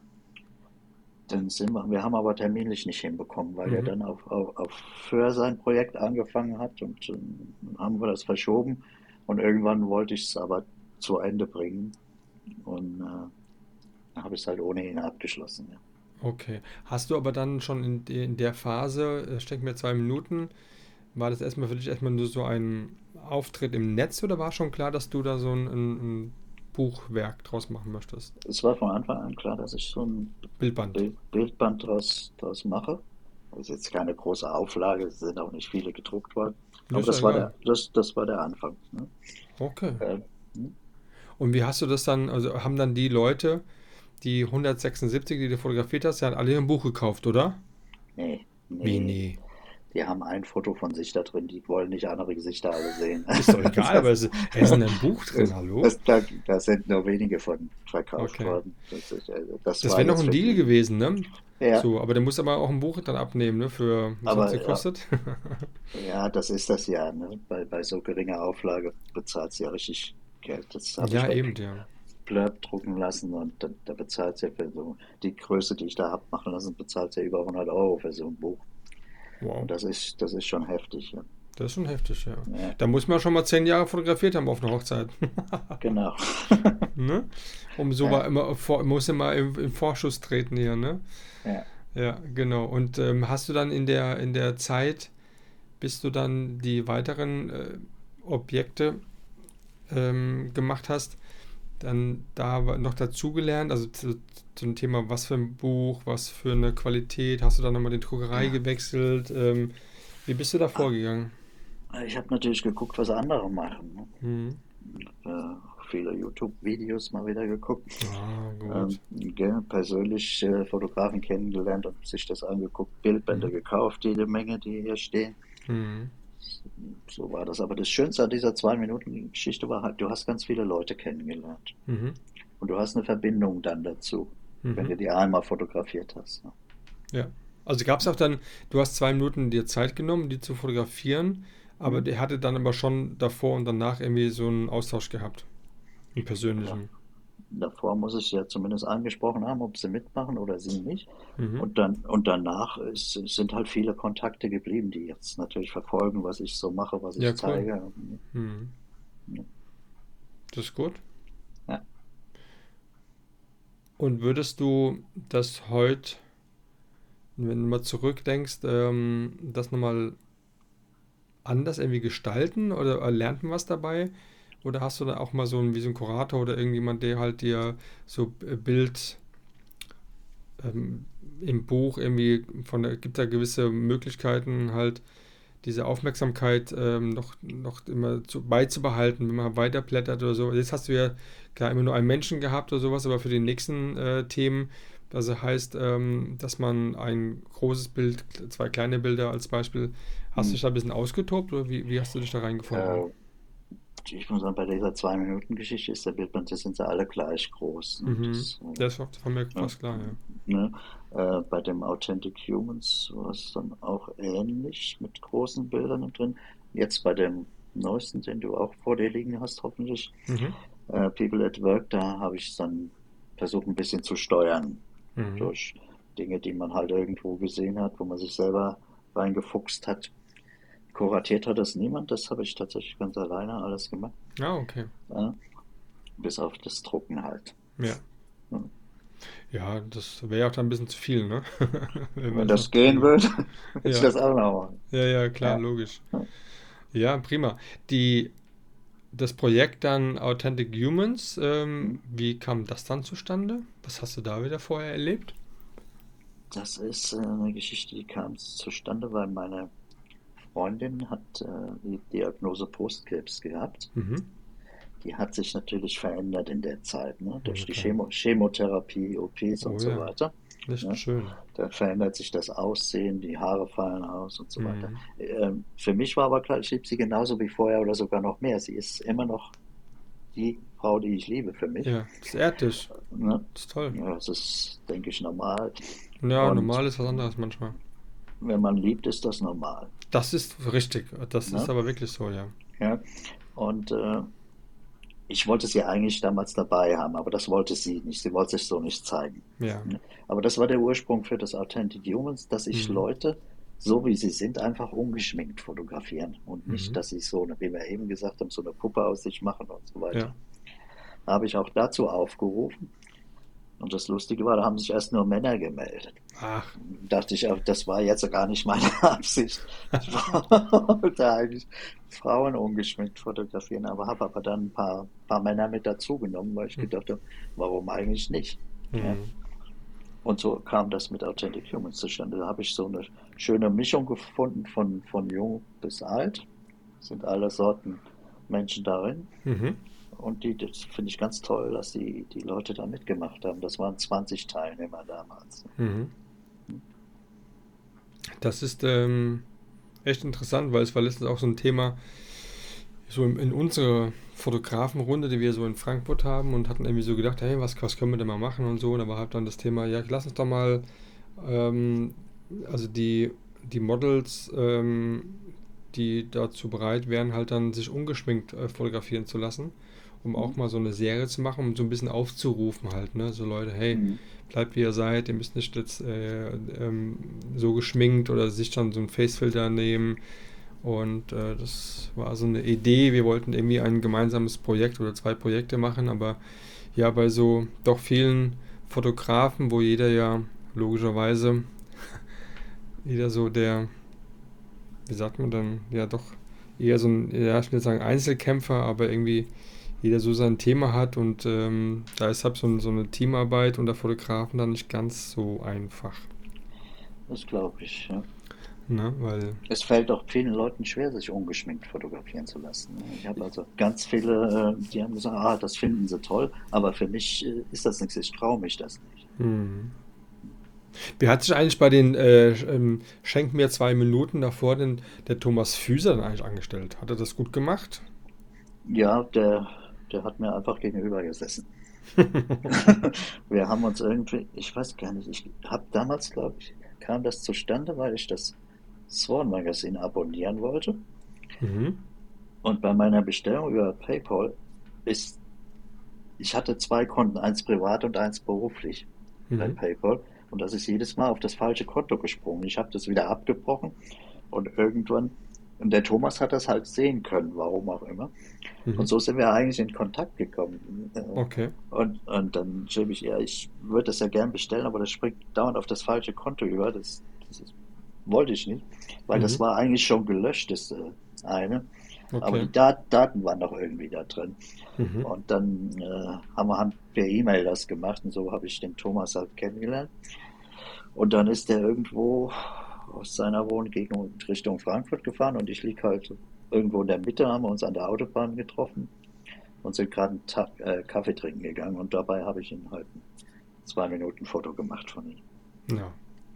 Dann wir haben aber terminlich nicht hinbekommen, weil er Mhm. dann für sein Projekt angefangen hat und haben wir das verschoben. Und irgendwann wollte ich es aber zu Ende bringen und dann habe ich es halt ohne ihn abgeschlossen. Ja. Okay. Hast du aber dann schon in der Phase, stecken mir 2 Minuten, war das erstmal für dich erstmal nur so ein Auftritt im Netz oder war schon klar, dass du da so ein Buchwerk draus machen möchtest? Es war von Anfang an klar, dass ich so ein Bildband. Bildband draus mache. Das ist jetzt keine große Auflage, es sind auch nicht viele gedruckt worden. Das Aber ist ja egal. das war der Anfang. Ne? Okay. Äh, hm? Und wie hast du das dann, also haben dann die Leute, die 176, die du fotografiert hast, ja alle ein Buch gekauft, oder? Nee, Wie, nee. nee. Die haben ein Foto von sich da drin, die wollen nicht andere Gesichter alle sehen. Ist doch egal, aber Das, es ist in einem Buch drin, hallo? da sind nur wenige von verkauft Okay. worden. Das Das war wäre noch jetzt ein Deal wirklich. gewesen, ne? Ja, So, aber der muss aber auch ein Buch dann abnehmen, ne? Für, was hat's aber ja, gekostet? ja, das ist das ja. Ne? Bei so geringer Auflage bezahlt sie ja richtig Geld. Das habe ich Ja, bei eben, ja. Blurb drucken lassen und da bezahlt sie ja für so die Größe, die ich da habe machen lassen, bezahlt sie ja über 100 € für so ein Buch. Wow. Und das ist schon heftig. Ja. Das ist schon heftig, ja. Ja, Da muss man schon mal 10 Jahre fotografiert haben auf einer Hochzeit. genau. Ne? Um so Ja, war immer, muss immer im Vorschuss treten hier, ne? ja. Ja, genau. Und hast du dann in der Zeit, bis du dann die weiteren Objekte gemacht hast, dann da noch dazugelernt, also zum Thema, was für ein Buch, was für eine Qualität, hast du dann nochmal die Druckerei gewechselt? Wie bist du da vorgegangen? Ich habe natürlich geguckt, was andere machen. Hm. Ne? Viele YouTube-Videos mal wieder geguckt. Ah, gut. Gell, persönlich Fotografen kennengelernt und sich das angeguckt, Bildbände Mhm. gekauft, jede Menge, die hier stehen. Mhm. So war das. Aber das Schönste an dieser 2 Minuten Geschichte war halt, du hast ganz viele Leute kennengelernt. Mhm. Und du hast eine Verbindung dann dazu, wenn Mhm. du die einmal fotografiert hast. Ne? Ja. Also gab es auch dann, du hast 2 Minuten dir Zeit genommen, die zu fotografieren, aber Hm? der hatte dann aber schon davor und danach irgendwie so einen Austausch gehabt. Einen Da, persönlichen. davor muss ich ja zumindest angesprochen haben, ob sie mitmachen oder sie nicht. Mhm. Und danach sind halt viele Kontakte geblieben, die jetzt natürlich verfolgen, was ich so mache, was Ja, ich cool. zeige. Mhm. Das ist gut. Ja. Und würdest du das heute, wenn du mal zurückdenkst, das nochmal anders irgendwie gestalten oder lernt man was dabei? Oder hast du da auch mal wie so einen Kurator oder irgendjemand, der halt dir so Bild ähm, im Buch irgendwie gibt da gewisse Möglichkeiten halt diese Aufmerksamkeit noch immer beizubehalten, wenn man weiterblättert oder so. Jetzt hast du ja klar immer nur einen Menschen gehabt oder sowas, aber für die nächsten Themen, also heißt, dass man ein großes Bild, 2 kleine Bilder als Beispiel, hast du Hm. dich da ein bisschen ausgetobt oder wie hast du dich da reingefunden? Äh, Ich muss sagen, bei dieser 2 Minuten Geschichte ist der Bildband, das sind sie alle gleich groß. Ne? Mhm. Das war von mir Ne, fast klar, ja. ne? Bei dem Authentic Humans war es dann auch ähnlich mit großen Bildern drin. Jetzt bei dem neuesten, den du auch vor dir liegen hast, hoffentlich, Mhm. People at Work, da habe ich es dann versucht ein bisschen zu steuern Mhm. durch Dinge, die man halt irgendwo gesehen hat, wo man sich selber reingefuchst hat. Kuratiert hat das niemand, das habe ich tatsächlich ganz alleine alles gemacht, Ah, okay. ja? Bis auf das Drucken halt. Ja. Ja. Ja, das wäre ja auch dann ein bisschen zu viel, ne? Wenn man Wenn das noch das gehen drucken. würde, würde ich Ja. das auch noch machen. Ja, ja, klar, Ja. logisch. Ja, prima. Das Projekt dann Authentic Humans, Hm. wie kam das dann zustande? Was hast du da wieder vorher erlebt? Das ist eine Geschichte, die kam zustande, weil meine Freundin hat die Diagnose Brustkrebs gehabt. Mhm. Die hat sich natürlich verändert in der Zeit, ne? Ja, Durch die klar. Chemotherapie, OPs und Oh so ja. weiter. Nicht schön. Da verändert sich das Aussehen, die Haare fallen aus und so weiter. Mhm. Für mich war aber klar, ich liebe sie genauso wie vorher oder sogar noch mehr. Sie ist immer noch die Frau, die ich liebe für mich. Ja, das ehrt dich. Ne? Das ist toll. Ja, das ist, denke ich, normal. Ja, Und normal ist was anderes manchmal. wenn man liebt, ist das normal. Das ist richtig. Das ist Ne? aber wirklich so, ja. Ja? Und ich wollte sie eigentlich damals dabei haben, aber das wollte sie nicht. Sie wollte sich so nicht zeigen. Ja. Ne? Aber das war der Ursprung für das Authentic Humans, dass ich Mhm. Leute, so wie sie sind, einfach ungeschminkt fotografieren und nicht, Mhm. dass sie so, wie wir eben gesagt haben, so eine Puppe aus sich machen und so weiter. Ja. Da habe ich auch dazu aufgerufen. Und das Lustige war, da haben sich erst nur Männer gemeldet. Ach, Dachte ich auch, das war jetzt gar nicht meine Absicht. Ich wollte eigentlich Frauen ungeschminkt fotografieren, aber habe aber dann ein paar Männer mit dazu genommen, weil ich gedacht habe, warum eigentlich nicht? Ja? mhm. Und so kam das mit Authentic Humans zustande. Da habe ich so eine schöne Mischung gefunden von jung bis alt. Sind alle Sorten Menschen darin. Mhm. Und das finde ich ganz toll, dass die Leute da mitgemacht haben. Das waren 20 Teilnehmer damals. Mhm. Das ist echt interessant, weil es war letztens auch so ein Thema, so in unserer Fotografenrunde, die wir so in Frankfurt haben und hatten irgendwie so gedacht, hey, was können wir denn mal machen und so. Und da war halt dann das Thema, ja, lass uns doch mal, ähm, also die Models, die dazu bereit wären, halt dann sich ungeschminkt fotografieren zu lassen, um auch Mhm. mal so eine Serie zu machen, um so ein bisschen aufzurufen halt, ne? So Leute, hey, Mhm. bleibt wie ihr seid, ihr müsst nicht jetzt so geschminkt oder sich dann so einen Facefilter nehmen. Und das war so eine Idee. Wir wollten irgendwie ein gemeinsames Projekt oder 2 Projekte machen, aber ja, bei so doch vielen Fotografen, wo jeder ja logischerweise, jeder so der, wie sagt man dann, ja doch eher so ein, ja, ich will nicht sagen Einzelkämpfer, aber irgendwie jeder so sein Thema hat und da ist halt so eine Teamarbeit unter Fotografen dann nicht ganz so einfach. Das glaube ich. Ja. Ne? Weil, Es fällt auch vielen Leuten schwer, sich ungeschminkt fotografieren zu lassen. Ne? Ich habe also ganz viele, die haben gesagt, das finden sie toll, aber für mich ist das nichts, ich traue mich das nicht. wie hat sich eigentlich bei den Schenk mir 2 Minuten davor denn der Thomas Füser dann eigentlich angestellt? Hat er das gut gemacht? Ja, der hat mir einfach gegenüber gesessen. Wir haben uns irgendwie, ich weiß gar nicht, ich habe damals, glaube ich, kam das zustande, weil ich das Swan Magazine abonnieren wollte. Mhm. Und bei meiner Bestellung über PayPal ist, ich hatte 2 Konten, eins privat und eins beruflich bei Mhm. PayPal. Und das ist jedes Mal auf das falsche Konto gesprungen. Ich habe das wieder abgebrochen und irgendwann, und der Thomas hat das halt sehen können, warum auch immer. Und Mhm. so sind wir eigentlich in Kontakt gekommen. Okay. Und dann schrieb ich, ja, ich würde das ja gern bestellen, aber das springt dauernd auf das falsche Konto über. Wollte ich nicht, weil das Mhm. war eigentlich schon gelöscht, das eine. Aber Okay. die Daten waren noch irgendwie da drin. Mhm. Und dann haben wir per E-Mail das gemacht und so habe ich den Thomas halt kennengelernt. Und dann ist der irgendwo aus seiner Wohngegend Richtung Frankfurt gefahren und ich lieg halt irgendwo in der Mitte, haben wir uns an der Autobahn getroffen und sind gerade einen Kaffee trinken gegangen und dabei habe ich ihm halt ein 2 Minuten Foto gemacht von ihm. Ja.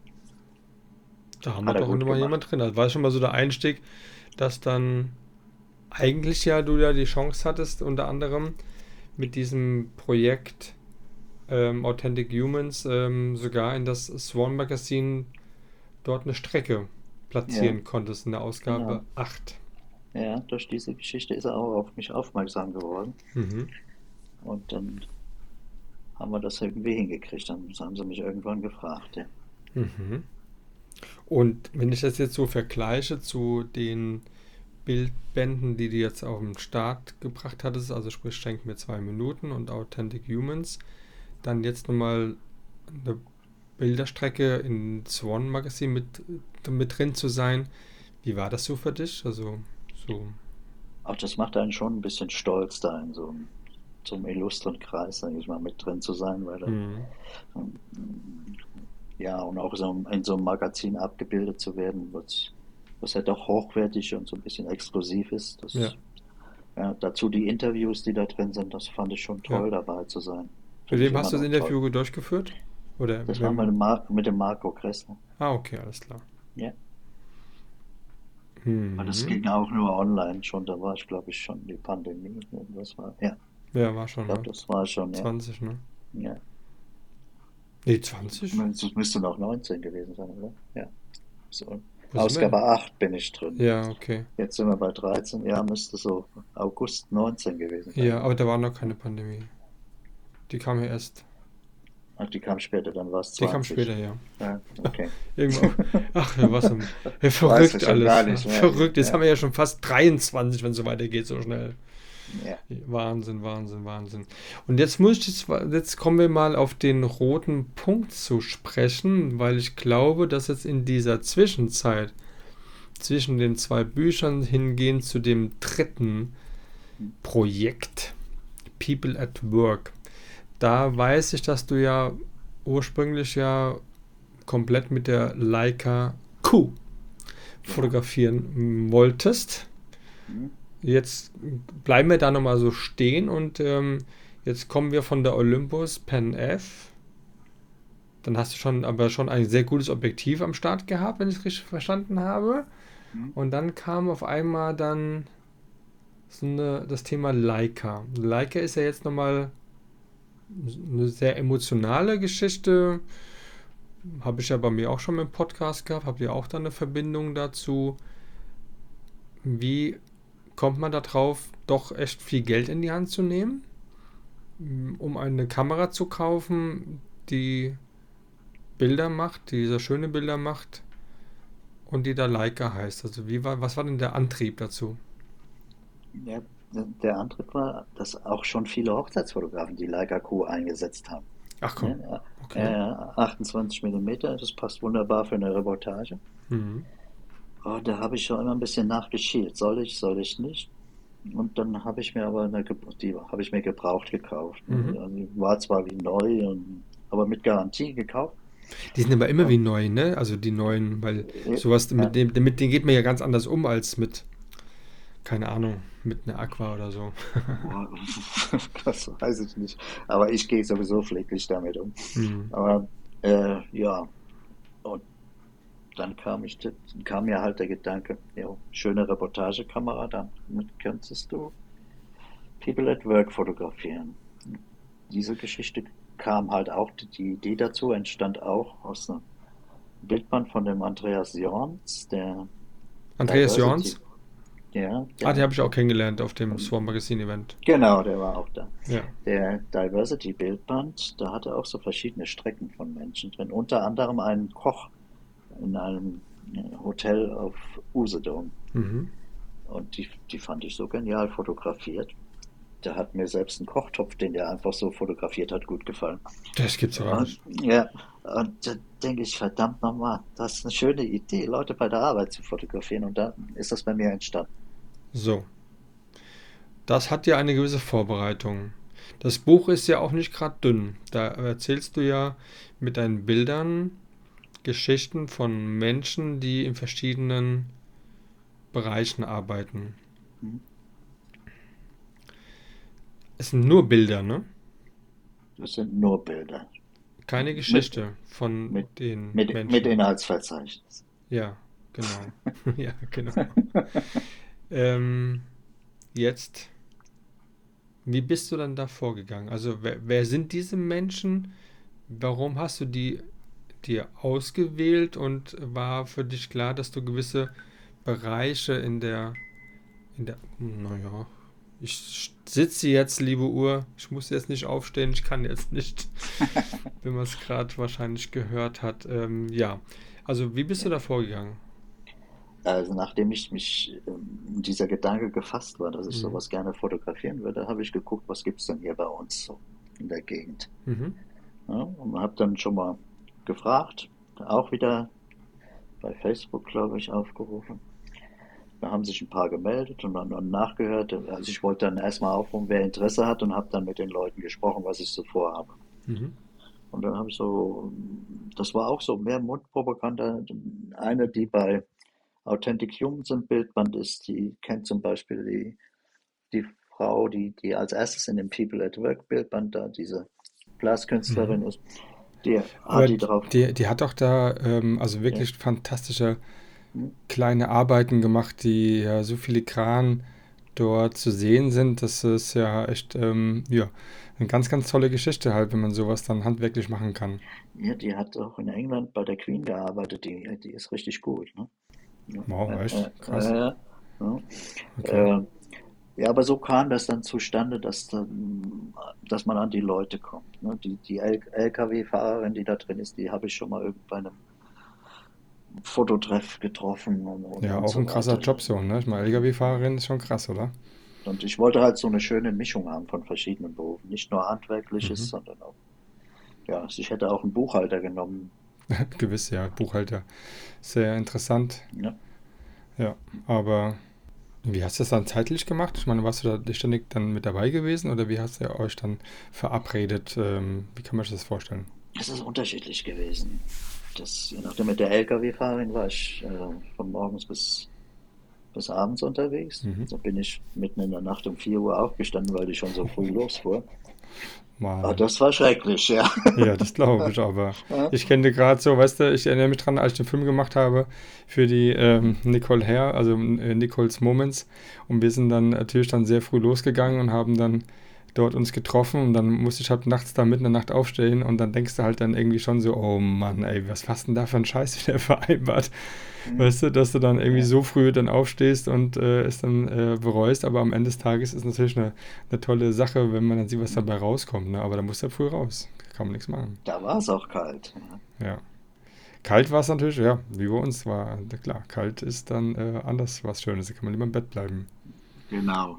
Da haben wir Hat er doch gut immer gemacht. jemand drin. Das war schon mal so der Einstieg, dass dann eigentlich ja du ja die Chance hattest, unter anderem mit diesem Projekt Authentic Humans sogar in das Swan Magazine dort eine Strecke Ja, platzieren konntest in der Ausgabe genau. 8. Ja, durch diese Geschichte ist er auch auf mich aufmerksam geworden. Mhm. Und dann haben wir das irgendwie hingekriegt. Dann haben sie mich irgendwann gefragt. Ja. Mhm. Und wenn ich das jetzt so vergleiche zu den Bildbänden, die du jetzt auf den Start gebracht hattest, also sprich Schenk mir 2 Minuten und Authentic Humans, dann jetzt nochmal eine Bilderstrecke in Swan Magazine mit drin zu sein. Wie war das so für dich? Also so. Auch das macht einen schon ein bisschen stolz, da in so einem illustren Kreis, sage ich mal, mit drin zu sein, weil dann, Mhm. ja, und auch so in so einem Magazin abgebildet zu werden, was ja doch hochwertig und so ein bisschen exklusiv ist. Ja, Ja, dazu die Interviews, die da drin sind, das fand ich schon ja. toll, dabei zu sein. Mit Finde ich wem immer hast du das noch toll. Interview durchgeführt? Oder Das war mit dem Marco Kressler. okay, alles klar. Ja. Aber das Mhm. ging auch nur online schon. Da war ich, glaube ich, schon die Pandemie. Das war, ja. Ja, war Ich schon, glaube, ne? das war schon, ja. 20, ne? Ja. Nee, 20? Das müsste noch 19 gewesen sein, oder? Ja. So. Wo sind wir? Ausgabe 8 bin ich drin. Ja, okay. Jetzt sind wir bei 13. Ja, müsste so August 19 gewesen sein, Ja, ne? aber da war noch keine Ja. Pandemie. Die kam ja erst. Ach, die kam später, dann war es Die kam später, 20. ja. Ja, okay. Irgendwo. Ach, ja, was ein. Ja, Weiß verrückt ich schon gar alles. nicht mehr. Verrückt. Jetzt haben Ja, wir ja schon fast 23, wenn es so weitergeht, so schnell. ja. Wahnsinn, Wahnsinn, Wahnsinn. Und jetzt kommen wir mal auf den roten Punkt zu sprechen, weil ich glaube, dass jetzt in dieser Zwischenzeit zwischen den zwei Büchern hingehend zu dem dritten Projekt People at Work. Da weiß ich, dass du ja ursprünglich ja komplett mit der Leica Q Genau. fotografieren wolltest. Hm? Jetzt bleiben wir da nochmal so stehen und jetzt kommen wir von der Olympus Pen F. Dann hast du schon ein sehr gutes Objektiv am Start gehabt, wenn ich es richtig verstanden habe. Hm? Und dann kam auf einmal dann das Thema Leica. Leica ist ja jetzt nochmal eine sehr emotionale Geschichte. Habe ich ja bei mir auch schon im Podcast gehabt. Habt ihr auch da eine Verbindung dazu? Wie kommt man da drauf, doch echt viel Geld in die Hand zu nehmen, um eine Kamera zu kaufen, die Bilder macht, die sehr schöne Bilder macht und die da Leica heißt? Also was war denn der Antrieb dazu? Ja, der Antrieb war, dass auch schon viele Hochzeitsfotografen die Leica Q eingesetzt haben. Ach komm, Ne? okay. 28 Millimeter, das passt wunderbar für eine Reportage. Mhm. Oh, da habe ich schon immer ein bisschen nachgeschielt. Soll ich nicht? Und dann habe ich mir aber die habe ich mir gebraucht gekauft. Ne? Mhm. Also die war zwar wie neu, aber mit Garantie gekauft. Die sind aber immer wie Und neu, ne? Also die neuen, weil sowas, ja, mit denen geht man ja ganz anders um als mit, keine Ahnung, mit einer Aqua oder so. boah, das weiß ich nicht. Aber ich gehe sowieso pfleglich damit um. Mhm. Aber ja, und dann kam mir halt der Gedanke, ja, schöne Reportagekamera, damit könntest du People at Work fotografieren. Diese Geschichte kam halt auch, die Idee dazu entstand auch aus einem Bildband von dem Andreas Jorns, der Andreas Diversity, Jorns? ja, Ah, den der, habe ich auch kennengelernt auf dem Swarm Magazine Event. genau, der war auch da. Ja. Der Diversity Bildband, da hatte auch so verschiedene Strecken von Menschen drin, unter anderem einen Koch in einem Hotel auf Usedom. Mhm. Und die fand ich so genial fotografiert. Da hat mir selbst ein Kochtopf, den der einfach so fotografiert hat, gut gefallen. Das gibt's ja gar Und, nicht. ja, und da denke ich, verdammt nochmal, das ist eine schöne Idee, Leute bei der Arbeit zu fotografieren. Und dann ist das bei mir entstanden. So, das hat ja eine gewisse Vorbereitung. Das Buch ist ja auch nicht gerade dünn. Da erzählst du ja mit deinen Bildern Geschichten von Menschen, die in verschiedenen Bereichen arbeiten. Hm? Es sind nur Bilder, ne? Das sind nur Bilder. Keine Mit, Geschichte von mit, den mit Menschen. Inhaltsverzeichnis. Ja, genau. Ja, genau. Ähm, jetzt, wie bist du dann da vorgegangen? Also, wer sind diese Menschen? Warum hast du die dir ausgewählt und war für dich klar, dass du gewisse Bereiche naja, ich sitze jetzt, liebe Uhr, ich muss jetzt nicht aufstehen, ich kann jetzt nicht, wenn man es gerade wahrscheinlich gehört hat. Ja, also wie bist du Ja. da vorgegangen? Also nachdem dieser Gedanke gefasst war, dass ich Mhm. sowas gerne fotografieren würde, habe ich geguckt, was gibt es denn hier bei uns so in der Gegend. Mhm. Ja, und habe dann schon mal gefragt, auch wieder bei Facebook, glaube ich, aufgerufen. Da haben sich ein paar gemeldet und dann nachgehört. Also ich wollte dann erstmal aufrufen, wer Interesse hat und habe dann mit den Leuten gesprochen, was ich so vorhabe. Mhm. Und dann habe ich so, das war auch so mehr Mundpropaganda. Eine, die bei Authentic Humans im Bildband ist, die kennt zum Beispiel die Frau, die als erstes in dem People at Work Bildband da diese Mhm. Glaskünstlerin ist. Aber Die drauf. die hat doch da also Ja. wirklich fantastische Hm? kleine Arbeiten gemacht, die ja so filigran dort zu sehen sind. Das ist ja echt ja, eine ganz, ganz tolle Geschichte halt, wenn man sowas dann handwerklich machen kann. Ja, die hat auch in England bei der Queen gearbeitet. Die ist richtig gut. Ne? Ja, Wow, echt krass. ja. Okay. Äh, ja, aber so kam das dann zustande, dass man an die Leute kommt. Ne? Die LKW-Fahrerin, die da drin ist, die habe ich schon mal bei einem Fototreff getroffen Ja, und auch so ein krasser weiter. Job so, ne? Ich meine, LKW-Fahrerin ist schon krass, oder? Und ich wollte halt so eine schöne Mischung haben von verschiedenen Berufen. Nicht nur Mhm. Handwerkliches, sondern auch, ja, also ich hätte auch einen Buchhalter genommen. Gewiss, ja, Buchhalter. Sehr interessant. Ne? Ja, aber wie hast du das dann zeitlich gemacht? Ich meine, warst du da ständig dann mit dabei gewesen oder wie hast ihr euch dann verabredet? Wie kann man sich das vorstellen? Es ist unterschiedlich gewesen. Je nachdem, mit der LKW-Fahrerin war ich von morgens bis abends unterwegs. Mhm. Da bin ich mitten in der Nacht um 4 Uhr aufgestanden, weil ich schon so früh losfuhr. Ah, Mann. das war schrecklich, ja. Ja, das glaube ich, aber Ja, ich kenne gerade so, weißt du, ich erinnere mich dran, als ich den Film gemacht habe für die Nicole Hare, also Nicole's Moments, und wir sind dann natürlich dann sehr früh losgegangen und haben dann dort uns getroffen und dann musste ich halt nachts da mitten in der Nacht aufstehen und dann denkst du halt dann irgendwie schon so, oh Mann, ey, was hast denn da für ein Scheiß wieder vereinbart? hm, Weißt du, dass du dann irgendwie ja, so früh dann aufstehst und es dann bereust, aber am Ende des Tages ist natürlich eine tolle Sache, wenn man dann sieht, was hm. dabei rauskommt, ne? Aber da musst du ja früh raus. Da kann man nichts machen. Da war es auch kalt. Ja. Ja. Kalt war es natürlich, ja, wie bei uns war, klar, kalt ist dann anders was Schönes, da kann man lieber im Bett bleiben. Genau.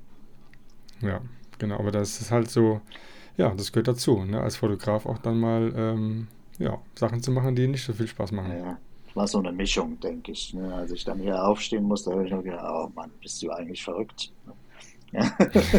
Ja, genau, aber das ist halt so, ja, das gehört dazu, ne? Als Fotograf auch dann mal, ja, Sachen zu machen, die nicht so viel Spaß machen. Ja, es war so eine Mischung, denke ich. Ne? Als ich dann hier aufstehen musste, habe ich nur gedacht, oh Mann, bist du eigentlich verrückt? Ja.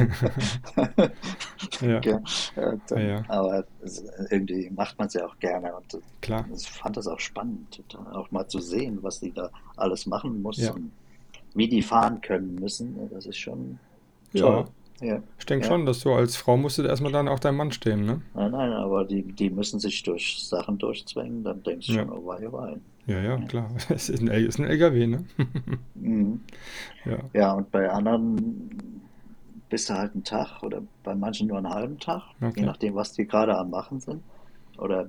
Ja, Gell? ja, ja, Aber irgendwie macht man es ja auch gerne und klar, ich fand das auch spannend, da auch mal zu sehen, was die da alles machen muss ja, und wie die fahren können müssen. Das ist schon ja, toll. Ja, ich denke ja. schon, dass du als Frau musst du erstmal dann auch dein Mann stehen, ne? Nein, nein, aber die müssen sich durch Sachen durchzwängen, dann denkst du Ja, schon, oh wei, oh wei. ja, ja, Ja. klar, es ist ein LKW, ne? Mhm. Ja, Ja, und bei anderen bist du halt einen Tag oder bei manchen nur einen halben Tag, je okay. nachdem, was die gerade am Machen sind. Oder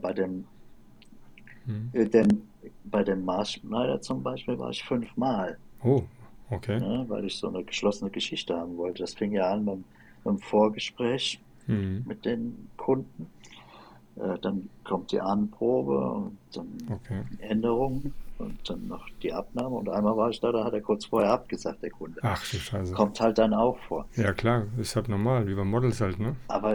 Hm. bei dem Maßschneider zum Beispiel war ich 5-mal, Oh, okay. ne, weil ich so eine geschlossene Geschichte haben wollte. Das fing ja an beim Vorgespräch Hm. mit den Kunden. Dann kommt die Anprobe und dann Okay. Änderungen und dann noch die Abnahme. Und einmal war ich da, da hat er kurz vorher abgesagt, der Kunde. Ach du Scheiße. Kommt halt dann auch vor. Ja klar, ist halt normal, wie bei Models halt, ne? Aber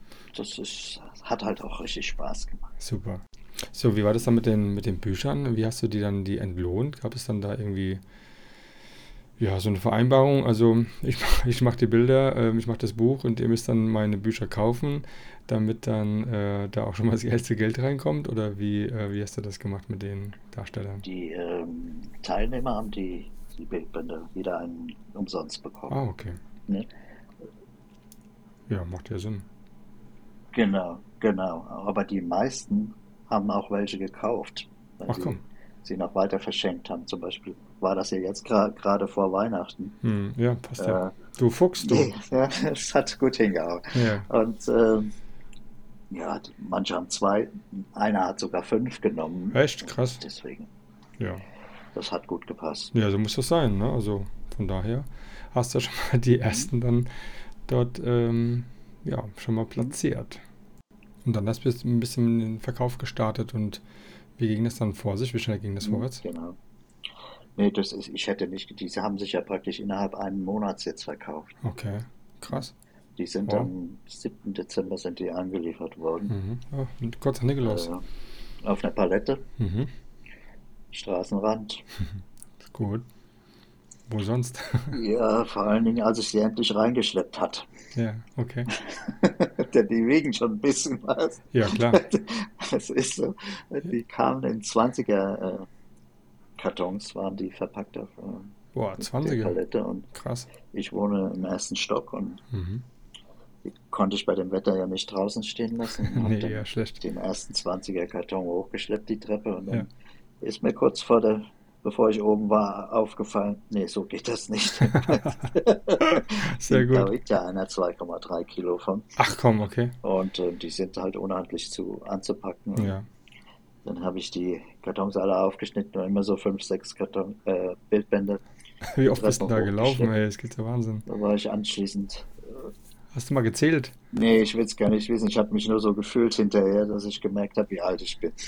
hat halt auch richtig Spaß gemacht. Super. So, wie war das dann mit den Büchern? Wie hast du die entlohnt? Gab es dann da irgendwie, ja, so eine Vereinbarung? Also, ich mache die Bilder, ich mache das Buch und ihr müsst dann meine Bücher kaufen, damit dann da auch schon mal das erste Geld reinkommt? Oder wie hast du das gemacht mit den Darstellern? Die Teilnehmer haben die Bildbände jeder einen umsonst bekommen. Ah, okay. Ne? Ja, macht ja Sinn. Genau, genau. Aber die meisten haben auch welche gekauft, weil Ach die komm. sie noch weiter verschenkt haben. Zum Beispiel war das ja jetzt gerade vor Weihnachten. Hm, ja, passt ja. Äh, Du Fuchs, du. nee, ja, es hat gut hingehauen. Ja, Und ja, manche haben zwei, einer hat sogar 5 genommen. echt Und krass. deswegen, Ja. das hat gut gepasst. Ja, so muss das sein, ne? Also von daher hast du schon mal die Mhm. ersten dann dort ja, schon mal Mhm. platziert. Und dann hast du ein bisschen in den Verkauf gestartet und wie ging das dann vor sich? Wie schnell ging das Mhm. vorwärts? Genau. Nee, ich hätte nicht, diese haben sich ja praktisch innerhalb einen Monats jetzt verkauft. Okay, Ne? krass. Die sind Wow. am 7. Dezember sind die angeliefert worden. Mhm. Ja, und Gott sei Dank los. Äh, auf einer Palette, Mhm. Straßenrand. Gut. Wo sonst? Ja, vor allen Dingen, als ich sie endlich reingeschleppt hat. Ja, okay. Denn die wiegen schon ein bisschen was. Ja, klar. Das ist so. Die kamen in 20er Kartons, waren die verpackt auf Boah, der 20er. Palette. Und Krass. ich wohne im ersten Stock und Mhm. Die konnte ich bei dem Wetter ja nicht draußen stehen lassen. Und habe Nee, ja, dann schlecht. den ersten 20er Karton hochgeschleppt, die Treppe. Und Ja, dann ist mir bevor ich oben war, aufgefallen, nee, so geht das nicht. sehr Da gut. wiegt ja einer 2,3 Kilo von. Ach komm, okay. Und die sind halt unhandlich anzupacken. Und Ja. dann habe ich die Kartons alle aufgeschnitten und immer so 5, 6 Bildbände Wie die oft bist du Treppe da gelaufen, hochgeschleppt. ey? Das geht ja Wahnsinn. Da war ich anschließend. Hast du mal gezählt? Nee, ich will es gar nicht wissen. Ich habe mich nur so gefühlt hinterher, dass ich gemerkt habe, wie alt ich bin.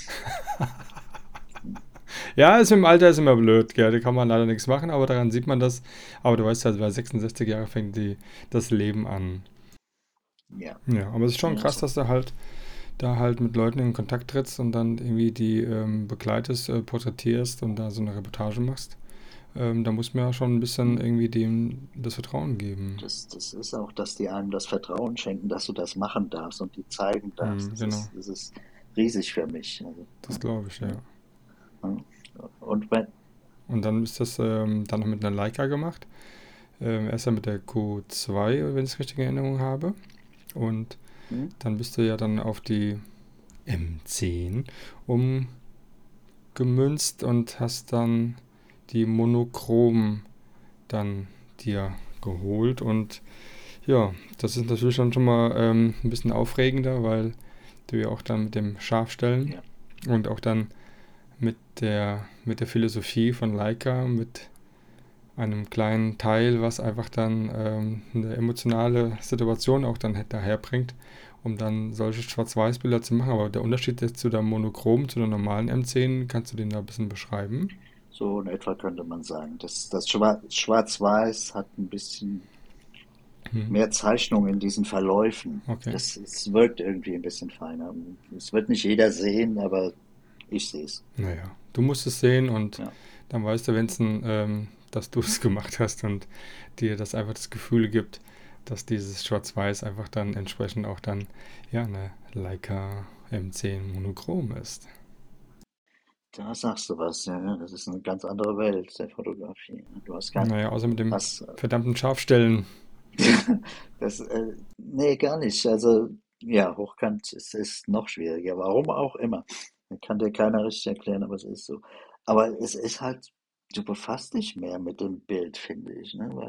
Ja, ist im Alter ist immer blöd, gell? Da kann man leider nichts machen, aber daran sieht man das. Aber du weißt ja, bei 66 Jahren fängt das Leben an. Ja, Ja, aber es ist schon ja, krass, so. dass du halt da halt mit Leuten in Kontakt trittst und dann irgendwie die begleitest, porträtierst und da so eine Reportage machst. Da muss man ja schon ein bisschen irgendwie dem das Vertrauen geben. Das ist auch, dass die einem das Vertrauen schenken, dass du das machen darfst und die zeigen darfst. Genau, Das ist riesig für mich. Also, das glaube ich, ja. ja. Und wenn, Und dann ist das dann noch mit einer Leica gemacht. Erst ja mit der Q2, wenn ich es richtig in Erinnerung habe. Und hm? dann bist du ja dann auf die M10 umgemünzt und hast dann die Monochrom dann dir geholt. Und ja, das ist natürlich dann schon mal ein bisschen aufregender, weil du ja auch dann mit dem Scharfstellen Ja, und auch dann mit der Philosophie von Leica, mit einem kleinen Teil, was einfach dann eine emotionale Situation auch dann daherbringt, um dann solche Schwarz-Weiß-Bilder zu machen. Aber der Unterschied jetzt zu der Monochrom, zu der normalen M10, kannst du den da ein bisschen beschreiben? so in etwa könnte man sagen. Das Schwarz-Weiß hat ein bisschen Mhm. mehr Zeichnung in diesen Verläufen. Okay. Es wirkt irgendwie ein bisschen feiner. Es wird nicht jeder sehen, aber ich sehe es. Naja, du musst es sehen und Ja. dann weißt du, Vincent, dass du es gemacht hast und dir das einfach das Gefühl gibt, dass dieses Schwarz-Weiß einfach dann entsprechend auch dann ja eine Leica M10 Monochrom ist. Da sagst du was, ja, ja. Das ist eine ganz andere Welt der Fotografie. Du hast kein, Naja, außer mit dem hast, verdammten Scharfstellen. nee, gar nicht. Also, ja, hochkant ist noch schwieriger. Warum auch immer. Kann dir keiner richtig erklären, aber es ist so. Aber es ist halt, du befasst dich mehr mit dem Bild, finde ich, ne? Weil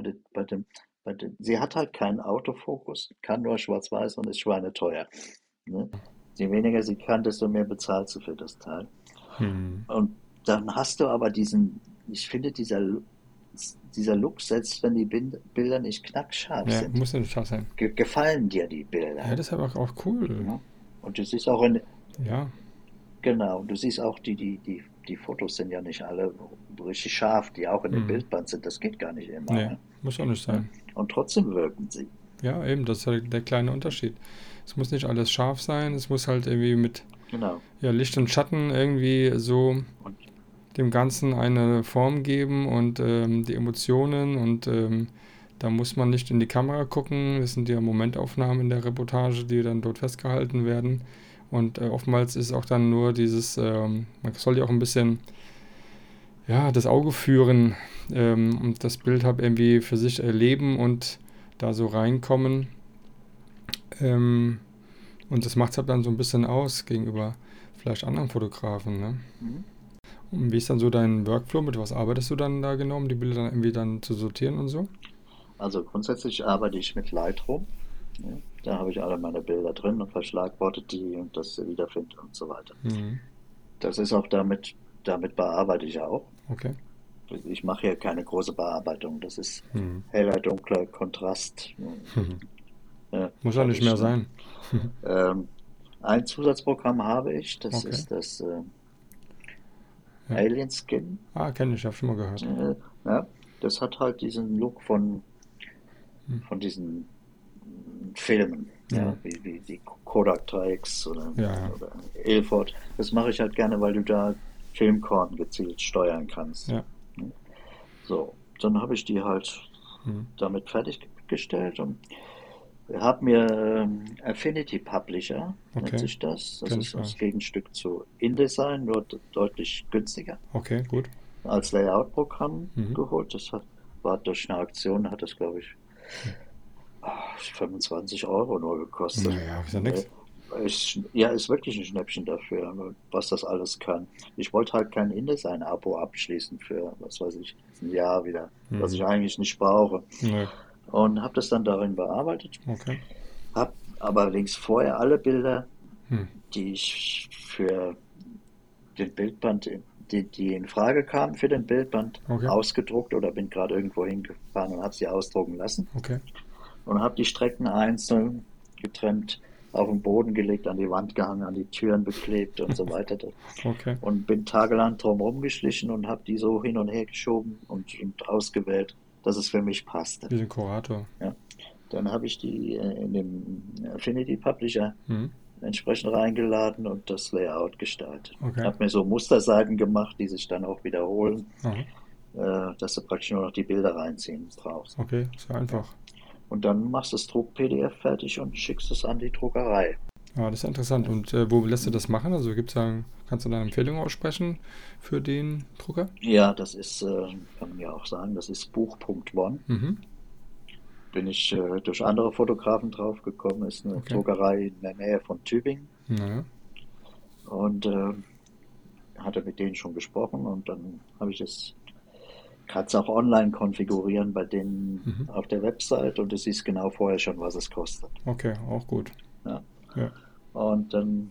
sie hat halt keinen Autofokus, kann nur schwarz-weiß und ist schweineteuer, ne? Je weniger sie kann, desto mehr bezahlst du für das Teil. Hm. Und dann hast du aber ich finde, dieser Look, selbst wenn die Bilder nicht knackscharf Ja, sind, muss ja nicht scharf sein. gefallen dir die Ja, Bilder. das ist aber auch cool. Ne? Und du siehst auch Ja, genau, du siehst auch, die Fotos sind ja nicht alle richtig scharf, die auch in dem hm. Bildband sind. Das geht gar nicht immer. Nee, muss auch nicht Ne? sein. Und trotzdem wirken sie. Ja, eben, das ist halt der kleine Unterschied. Es muss nicht alles scharf sein, es muss halt irgendwie mit Genau. ja, Licht und Schatten irgendwie so Und dem Ganzen eine Form geben und die Emotionen und da muss man nicht in die Kamera gucken. Das sind ja Momentaufnahmen in der Reportage, die dann dort festgehalten werden. Und oftmals ist auch dann nur man soll ja auch ein bisschen ja, das Auge führen und das Bild halt irgendwie für sich erleben und da so reinkommen. Ähm, und das macht es halt dann so ein bisschen aus gegenüber vielleicht anderen Fotografen, ne? mhm. Und wie ist dann so dein Workflow? Mit was arbeitest du dann da genau, um die Bilder dann irgendwie dann zu sortieren und so? Also grundsätzlich arbeite ich mit Lightroom. Ne? Da habe ich alle meine Bilder drin und verschlagworte die und das wiederfinde und so weiter. Mhm. Das ist auch damit bearbeite ich auch. Okay. Ich mache hier keine große Bearbeitung. Das ist Mhm. heller, dunkler, Kontrast. Muss ja nicht mehr Fertig. Ne? sein. Ähm, ein Zusatzprogramm habe ich, das Okay. ist das Ja. Alien Skin. Ah, kenne ich, habe schon mal gehört. Ja, das hat halt diesen Look Hm. von diesen Filmen, Ja. ja, wie die Kodak 3X Ja, ja. oder Ilford. Das mache ich halt gerne, weil du da Filmkorn gezielt steuern kannst. Ja. Ne? So, dann habe ich die halt Mhm. damit fertiggestellt und habe mir Affinity Publisher, nennt Okay. sich das. Das Kenn ist ich gar das nicht. Gegenstück zu InDesign, nur deutlich günstiger. Okay, gut. Als Layout-Programm Mhm. geholt. War durch eine Aktion, hat das, glaube ich, 25 Euro nur gekostet. Naja, ist ja nix. Ist wirklich ein Schnäppchen dafür, was das alles kann. Ich wollte halt kein InDesign-Abo abschließen für, was weiß ich, ein Jahr wieder, was ich eigentlich nicht brauche. Nee. Und habe das dann darin bearbeitet. Okay. Habe allerdings vorher alle Bilder, Hm. die ich für den Bildband, die in Frage kamen für den Bildband, Okay. ausgedruckt oder bin gerade irgendwo hingefahren und habe sie ausdrucken lassen. Okay. Und habe die Strecken einzeln getrennt auf den Boden gelegt, an die Wand gehangen, an die Türen beklebt und so weiter. Okay. Und bin tagelang drumherum geschlichen und habe die so hin und her geschoben und ausgewählt, dass es für mich passte. Wie ein Kurator. Ja. Dann habe ich die in dem Affinity Publisher Hm. entsprechend reingeladen und das Layout gestaltet. Okay. Habe mir so Musterseiten gemacht, die sich dann auch wiederholen, Aha. dass du praktisch nur noch die Bilder reinziehen brauchst. Okay, ist ja einfach. Und dann machst du das Druck-PDF fertig und schickst es an die Druckerei. Ja, das ist interessant. Und wo lässt du das machen? Also kannst du da eine Empfehlung aussprechen für den Drucker? Ja, das ist, kann man ja auch sagen, das ist Buch.one. Mhm. Bin ich durch andere Fotografen drauf gekommen, ist eine Okay. Druckerei in der Nähe von Tübingen Naja. und hatte mit denen schon gesprochen und dann habe ich das, kannst auch online konfigurieren bei denen auf der Website und du siehst genau vorher schon, was es kostet. Okay, auch gut. Ja. Ja, Und dann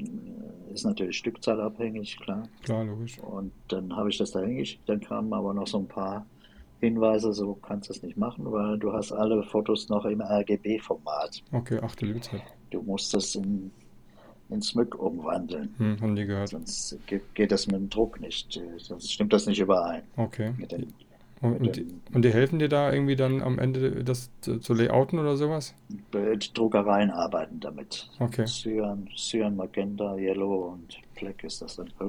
ist natürlich Stückzahl abhängig, klar. klar, logisch. Und dann habe ich das da hingeschickt, dann kamen aber noch so ein paar Hinweise, so kannst du es nicht machen, weil du hast alle Fotos noch im RGB-Format. Okay, achte Lebzeit. Du musst das in SMYK umwandeln. Haben die gehört. Sonst geht das mit dem Druck nicht. Sonst stimmt das nicht überein. Okay. Mit den, Und die helfen dir da irgendwie dann am Ende das zu layouten oder sowas? die Druckereien arbeiten damit. Okay. Cyan, Magenta, Yellow und Black ist das dann.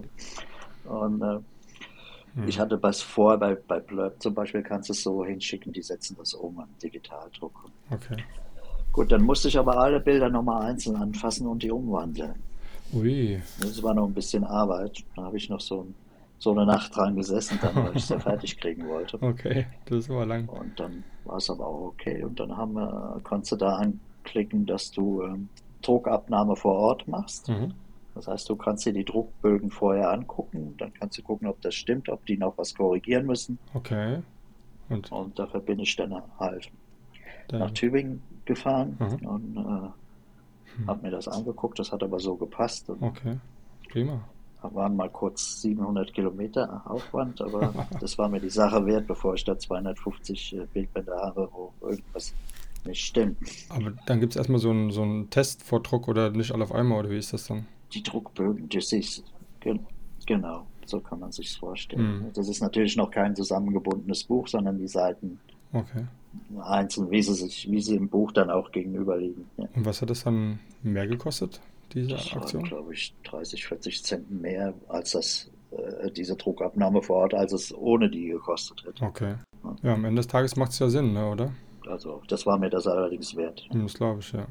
Und ich hatte bei Blurb zum Beispiel, kannst du es so hinschicken, die setzen das um an Digitaldruck. Okay. Gut, dann musste ich aber alle Bilder nochmal einzeln anfassen und die umwandeln. Ui. Das war noch ein bisschen Arbeit. Da habe ich noch so eine Nacht dran gesessen, dann, weil ich es ja fertig kriegen wollte. Okay, das ist aber lang. Und dann war es aber auch okay. Und dann konntest du da anklicken, dass du Druckabnahme vor Ort machst. Mhm. Das heißt, du kannst dir die Druckbögen vorher angucken, dann kannst du gucken, ob das stimmt, ob die noch was korrigieren müssen. Okay. Und dafür bin ich dann halt Dann, nach Tübingen gefahren Mhm. und habe mir das angeguckt. Das hat aber so gepasst. Und okay, prima. waren mal kurz 700 Kilometer Aufwand, aber das war mir die Sache wert, bevor ich da 250 Bildbänder habe, wo irgendwas nicht stimmt. Aber dann gibt es erstmal so einen Testvordruck oder nicht alle auf einmal, oder wie ist das dann? Die Druckbögen, du siehst, genau, so kann man sich's vorstellen. Mhm. Das ist natürlich noch kein zusammengebundenes Buch, sondern die Seiten Okay. einzeln, wie sie im Buch dann auch gegenüberliegen. Ja. Und was hat das dann mehr gekostet, diese Das waren, Aktion? glaube ich, 30, 40 Cent mehr als diese Druckabnahme vor Ort, als es ohne die gekostet hätte. Okay. Ja, am Ende des Tages macht es ja Sinn, ne, oder? Also das war mir das allerdings wert. Das glaube ich, ja.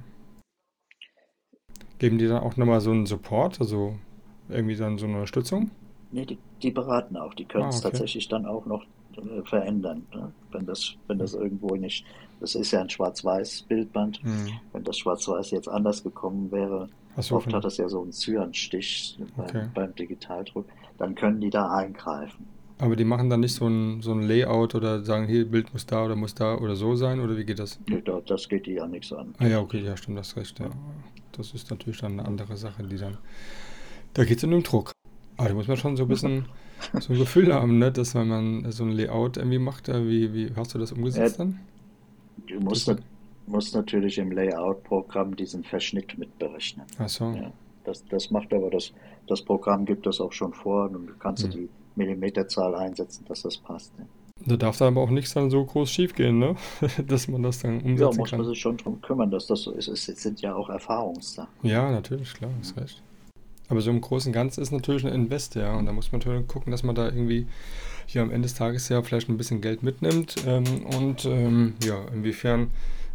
Geben die dann auch nochmal so einen Support, also irgendwie dann so eine Unterstützung? Nee, die beraten auch, die können es okay. tatsächlich dann auch noch verändern, ne? Wenn das irgendwo nicht, das ist ja ein Schwarz-Weiß-Bildband, wenn das Schwarz-Weiß jetzt anders gekommen wäre, oft hat das ja so einen Cyanstich beim Digitaldruck, dann können die da eingreifen. Aber die machen dann nicht so ein Layout oder sagen, hier, Bild muss da oder so sein, oder wie geht das? Nee, das geht die ja nichts an. Ah ja, okay, ja, stimmt, das recht, ja. Das ist natürlich dann eine andere Sache, da geht es um den Druck. Aber da muss man schon so ein bisschen so ein Gefühl haben, ne, dass wenn man so ein Layout irgendwie macht, wie hast du das umgesetzt dann? Du musst natürlich im Layout-Programm diesen Verschnitt mit berechnen. Ach so. Ja, das macht aber das Programm gibt das auch schon vor und du kannst die Millimeterzahl einsetzen, dass das passt. Ja. Da darf da aber auch nichts dann so groß schief gehen, ne? Dass man das dann umsetzen kann. Ja, muss man sich schon drum kümmern, dass das so ist. Es sind ja auch Erfahrungssachen. Ja, natürlich, klar, hast recht. Aber so im Großen und Ganzen ist natürlich ein Invest, ja. Und da muss man natürlich gucken, dass man da irgendwie hier am Ende des Tages ja vielleicht ein bisschen Geld mitnimmt. Ja, inwiefern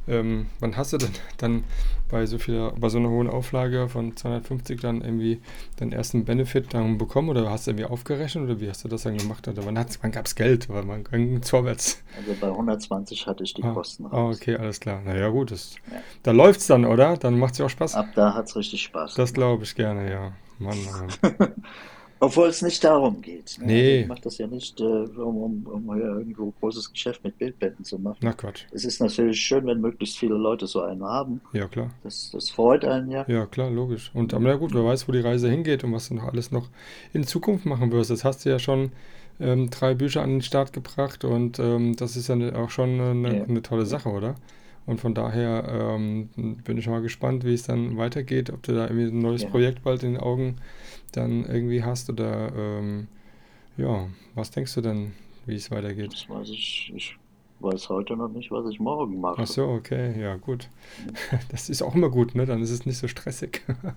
Wann hast du denn dann bei so einer hohen Auflage von 250 dann irgendwie den ersten Benefit dann bekommen oder hast du irgendwie aufgerechnet oder wie hast du das dann gemacht? Oder wann gab es Geld? Weil man ging vorwärts. Also bei 120 hatte ich die Kosten raus. Okay, alles klar. Naja, gut, Ja. da läuft's dann, oder? Dann macht's ja auch Spaß. Ab da hat es richtig Spaß Das gemacht. glaube ich gerne, ja. Mann. Obwohl es nicht darum geht. Ne? Also Nee, ich mache das ja nicht, um hier irgendwo großes Geschäft mit Bildbänden zu machen. na Quatsch. Es ist natürlich schön, wenn möglichst viele Leute so einen haben. Ja, klar. Das freut einen ja. Ja, klar, logisch. Und aber na gut, wer weiß, wo die Reise hingeht und was du noch alles noch in Zukunft machen wirst. Jetzt hast du ja schon 3 Bücher an den Start gebracht und das ist ja auch schon Ja. eine tolle Sache, oder? Und von daher bin ich mal gespannt, wie es dann weitergeht, ob du da irgendwie ein neues Ja. Projekt bald in den Augen dann irgendwie hast oder ja, was denkst du denn, wie es weitergeht? Das weiß ich. Ich weiß heute noch nicht, was ich morgen Ach mache. so, okay, ja, gut. Das ist auch immer gut, ne? Dann ist es nicht so stressig.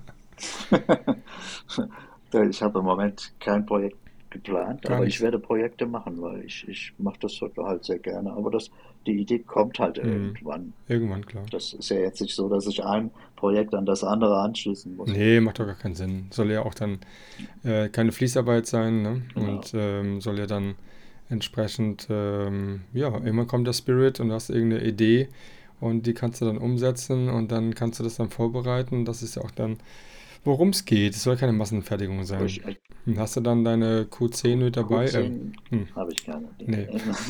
Ich habe im Moment kein Projekt geplant, Gar aber ich nichts. werde Projekte machen, weil ich mache das halt sehr gerne. Aber die Idee kommt halt Hm, irgendwann. irgendwann, klar. Das ist ja jetzt nicht so, dass ich ein Projekt an das andere anschließen muss. Nee, macht doch gar keinen Sinn. Soll ja auch dann keine Fließarbeit sein, ne? Genau. Und soll ja dann entsprechend, ja, immer kommt der Spirit und du hast irgendeine Idee und die kannst du dann umsetzen und dann kannst du das dann vorbereiten. Das ist ja auch dann, worum es geht. Es soll keine Massenfertigung Aber sein. Und hast du dann deine Q10 mit dabei? Q10 Hm, habe ich gerne. nee,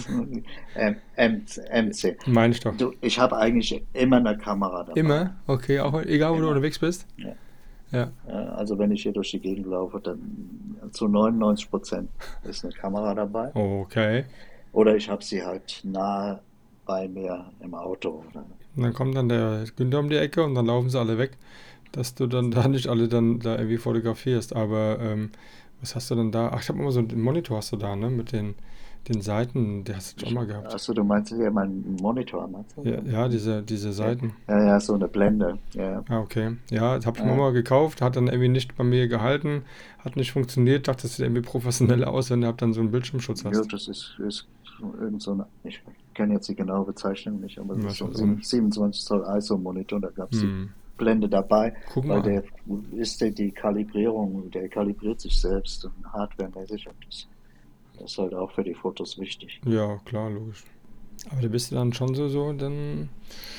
MC. meine ich doch. Ich habe eigentlich immer eine Kamera dabei. Immer? Okay, auch egal, wo du Immer. unterwegs bist? Ja. Ja, Also wenn ich hier durch die Gegend laufe, dann zu 99% ist eine Kamera dabei. okay. Oder ich habe sie halt nahe bei mir im Auto. Und dann kommt dann der Günther um die Ecke und dann laufen sie alle weg, dass du dann da nicht alle dann da irgendwie fotografierst. Aber was hast du denn da? Ach, ich habe immer so einen Monitor hast du da, ne? Mit den Seiten, die hast du schon mal gehabt. Achso, du meinst ja meinen Monitor, meinst du? Ja, ja, diese Ja, Seiten. ja, so eine Blende. Ja, Ah, okay. Ja, das habe ich mir ja. mal gekauft, hat dann irgendwie nicht bei mir gehalten, hat nicht funktioniert, dachte, das sieht irgendwie professionell aus, wenn du dann so einen Bildschirmschutz Ja, hast. ist irgend so eine, ich kenne jetzt die genaue Bezeichnung nicht, aber es Ja, ist schon so ein 27 Zoll ISO-Monitor, da gab es die Hm. Blende dabei, Guck weil mal an. die Kalibrierung, der kalibriert sich selbst und hardwaremäßig und das ist halt auch für die Fotos wichtig. Ja, klar, logisch. Aber da bist du dann schon so dann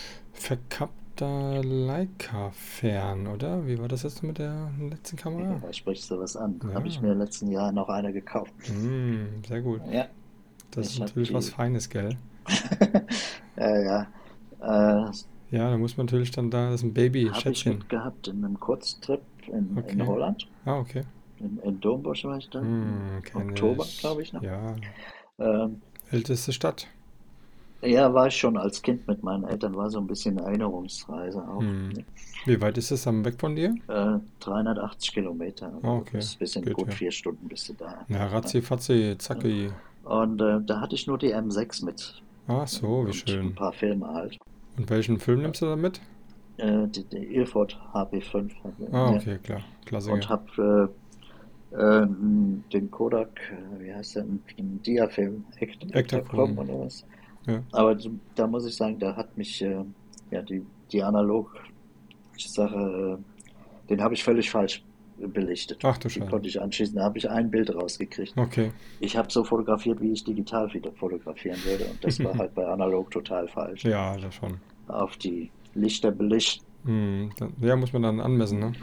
verkappter Leica-Fan, oder? Wie war das jetzt mit der letzten Kamera? Da sprichst du was an. Habe ich Ja, mir im letzten Jahr noch eine gekauft. sehr gut. Ja, Das ist ich habe natürlich was die, Feines, gell? ja, äh, Ja, da muss man natürlich dann da, das ist ein Baby, habe ich Schätzchen. mitgehabt in einem Kurztrip in Okay. Holland. Ah, okay. In Dombosch war ich da, im Kenne Oktober, ich. glaube ich noch. Ja, Ähm, älteste Stadt. ja, war ich schon als Kind mit meinen Eltern, war so ein bisschen eine Erinnerungsreise auch. Hm. Ne? Wie weit ist das dann weg von dir? 380 Kilometer, Ah, also okay. bis in Geht gut ja. 4 Stunden bist du da. Na, ratzi, fatzi, zacki. Und da hatte ich nur die M6 mit Ach so, wie und ein schön. paar Filme halt. Und welchen Film nimmst du da mit? Die Ilford HP5 Ah, ja. okay, klar. Und Klassiker. habe den Kodak, wie heißt der, einen Diafilm, Ektachrome Ektachrom. oder was. Ja. Aber da muss ich sagen, da hat mich ja, die Analog-Sache, den habe ich völlig falsch belichtet. Ach du Die Scheiße. konnte ich anschließen, da habe ich ein Bild rausgekriegt. Okay. Ich habe so fotografiert, wie ich digital wieder fotografieren würde und das war halt bei analog total falsch. Ja, das schon. Auf die Lichter belichtet, Ja, muss man dann anmessen, ne?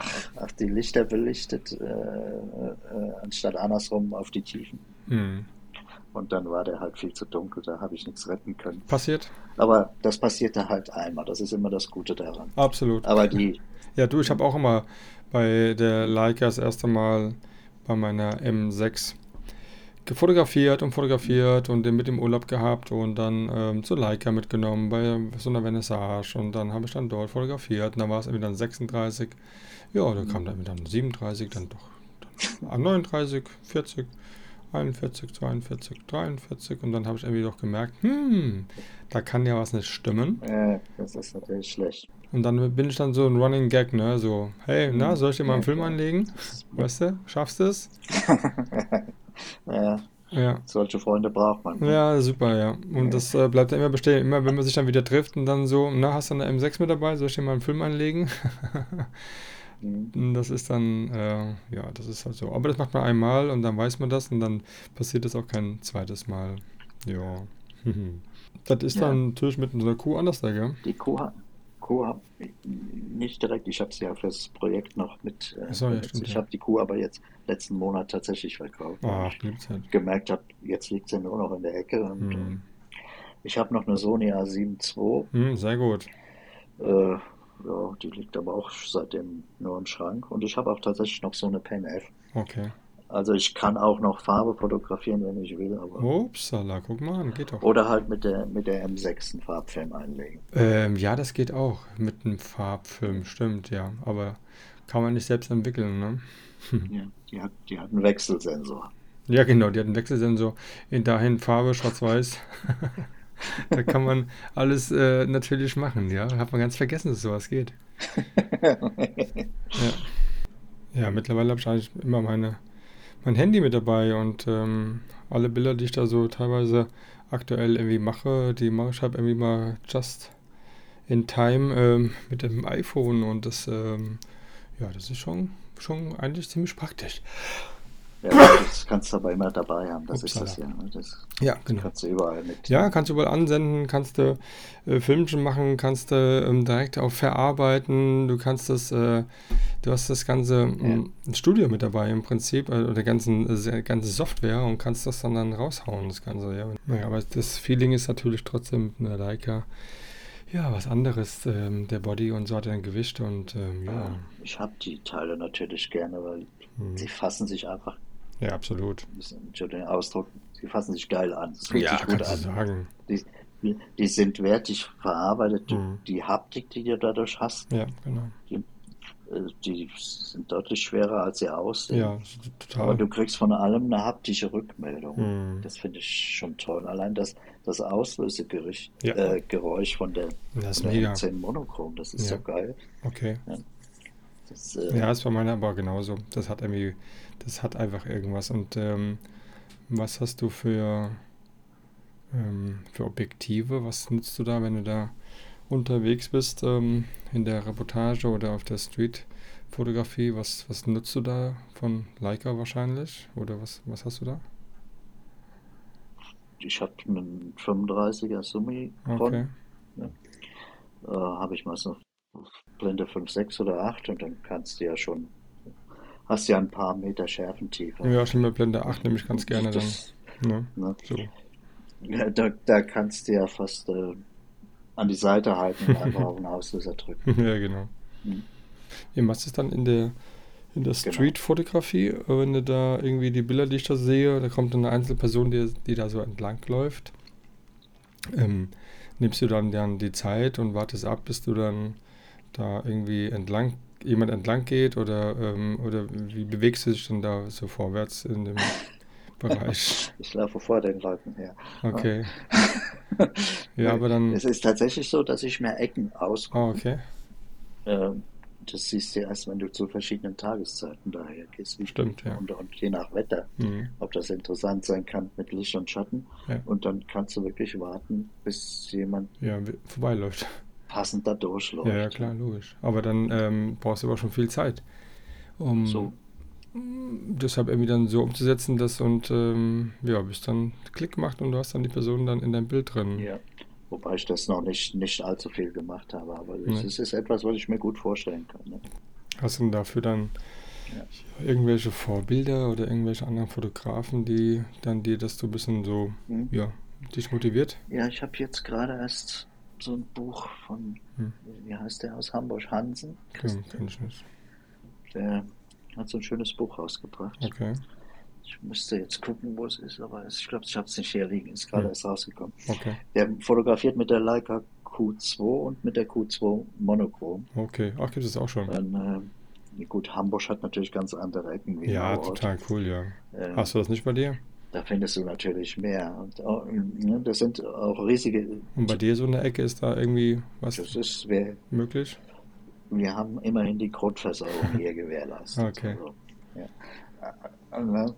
anstatt andersrum auf die Tiefen. Hm. Und dann war der halt viel zu dunkel, da habe ich nichts retten können. Passiert? Aber das passierte halt einmal, das ist immer das Gute daran. Absolut. Aber die, Ja, du, ich habe auch immer bei der Leica das erste Mal bei meiner M6 gefotografiert und den mit im Urlaub gehabt und dann zur Leica mitgenommen bei so einer Vernissage und dann habe ich dann dort fotografiert und dann war es irgendwie dann 36, ja, da kam dann 37, dann doch 39, 40, 41, 42, 43 und dann habe ich irgendwie doch gemerkt, da kann ja was nicht stimmen. das ist natürlich schlecht. Und dann bin ich dann so ein Running Gag, ne, so, hey, na, soll ich dir mal einen Ja, Film klar. anlegen? Das ist, Weißt du, schaffst du es? ja, Ja. Solche Freunde braucht man. Ne? Ja, super, ja. Und das bleibt dann immer bestehen. Immer wenn man sich dann wieder trifft und dann so, na, hast du eine M6 mit dabei? Soll ich dir mal einen Film anlegen? Das ist dann, ja, das ist halt so. Aber das macht man einmal und dann weiß man das und dann passiert das auch kein zweites Mal. Ja. Das ist Ja, dann natürlich mit so einer Kuh anders da, gell? die Kuh hab ich nicht direkt, ich habe sie ja fürs Projekt noch mit Achso, ja, benutzt. stimmt, Ich ja. habe die Kuh aber jetzt letzten Monat tatsächlich verkauft, weil Ach, ich liebe Zeit. gemerkt habe, jetzt liegt sie nur noch in der Ecke und Hm. ich habe noch eine Sony A7 II. Sehr gut. Äh, ja, die liegt aber auch seitdem nur im Schrank. Und ich habe auch tatsächlich noch so eine Pen F. Okay. Also ich kann auch noch Farbe fotografieren, wenn ich will, aber. Upsala, guck mal an, geht doch. Oder halt mit der M6 einen Farbfilm einlegen. Ja, das geht auch mit einem Farbfilm, stimmt, ja. Aber kann man nicht selbst entwickeln, ne? Ja, die hat einen Wechselsensor. Ja, genau, die hat einen Wechselsensor in dahin Farbe, Schwarz-Weiß. Da kann man alles natürlich machen, ja. Hat man ganz vergessen, dass sowas geht. Ja, ja, mittlerweile habe ich eigentlich immer mein Handy mit dabei und alle Bilder, die ich da so teilweise aktuell irgendwie mache, die mache ich halt irgendwie mal just in time mit dem iPhone und das, ja, das ist schon eigentlich ziemlich praktisch. Ja, das kannst du aber immer dabei haben, das ist das Upsala. ja. Ne? Das Ja, genau. kannst du überall mit. Ja, kannst du überall ansenden, kannst du Filmchen machen, kannst du direkt auch verarbeiten, du hast das ganze Ja. Studio mit dabei im Prinzip, oder ganze Software und kannst das dann raushauen, das Ganze, ja. Naja, aber das Feeling ist natürlich trotzdem mit einer Leica, ja, was anderes, der Body und so hat er ein Gewicht und ja, Ich habe die Teile natürlich gerne, weil sie fassen sich einfach, ja, absolut. Entschuldigung den Ausdruck, sie fassen sich geil an. Es fühlt Ja, sich gut kannst du an. sagen. Die, die sind wertig verarbeitet. Hm. Die Haptik, die du dadurch hast, Ja, genau. die sind deutlich schwerer, als sie aussehen. Ja, Aber total. du kriegst von allem eine haptische Rückmeldung. Hm. Das finde ich schon toll. Allein das Auslösegeräusch Ja, Geräusch das von ist der mega. M10 Monochrom, das ist so Ja, geil. okay. Ja, das, Ja, ist bei meiner aber genauso. Das hat einfach irgendwas. Und was hast du für Objektive? Was nutzt du da, wenn du da unterwegs bist in der Reportage oder auf der Street-Fotografie? Was nutzt du da von Leica wahrscheinlich? Oder was hast du da? ich habe einen 35er Okay. Summicron, ne? Habe ich meist noch Blende 5, 6 oder 8 und dann hast du ja ein paar Meter Schärfentiefe. Ja, ich nehme Blende 8, nehme ich ganz gerne dann. Das, Ne? ne? So. Ja, da kannst du ja fast an die Seite halten und einfach auf den Auslöser drücken. Ja, genau. Hm, Wie machst du es dann in der genau. Street-Fotografie, wenn du da irgendwie die Bilder, die ich da sehe, da kommt eine einzelne Person, die da so entlang läuft. Nimmst du dann die Zeit und wartest ab, bis du dann da irgendwie jemand entlang geht oder wie bewegst du dich dann da so vorwärts in dem Bereich? Ich laufe vor den Leuten her. Okay. Ja, aber dann. Es ist tatsächlich so, dass ich mir Ecken Ah, ausgucke. okay. Ähm, Das siehst du erst, wenn du zu verschiedenen Tageszeiten daher gehst Stimmt, ja. und je nach Wetter, Mhm. ob das interessant sein kann mit Licht und Schatten. Ja, Und dann kannst du wirklich warten, bis jemand ja, vorbeiläuft. passend da Ja, ja, durchläuft. klar, Ja. logisch. Aber dann brauchst du aber schon viel Zeit, um So, deshalb irgendwie dann so umzusetzen, dass und ja, bis dann Klick macht und du hast dann die Person dann in deinem Bild drin. ja. Wobei ich das noch nicht allzu viel gemacht habe, aber Ne? es ist etwas, was ich mir gut vorstellen kann. Ne? Hast du denn dafür dann Ja. irgendwelche Vorbilder oder irgendwelche anderen Fotografen, die dann dir das so ein bisschen so, Hm. ja, dich motiviert? Ja, ich habe jetzt gerade erst so ein Buch von, Hm. wie heißt der aus Hamburg, Hansen, Okay, kenn ich nicht. der hat so ein schönes Buch rausgebracht. Okay, Ich müsste jetzt gucken, wo es ist, aber ich glaube, ich habe es nicht hier liegen, ist gerade hm. erst rausgekommen. Okay, Der fotografiert mit der Leica Q2 und mit der Q2 Monochrom. okay. Ach, gibt es auch schon. Gut, Hamburg hat natürlich ganz andere Ecken wie Ja, Mauert. total cool, ja. Äh, Hast du das nicht bei dir? Da findest du natürlich mehr. Ne, das sind auch riesige. Und bei dir so eine Ecke ist da irgendwie was Das ist, wir, möglich? haben immerhin die Grundversorgung hier gewährleistet. Okay. Also, ja. Also,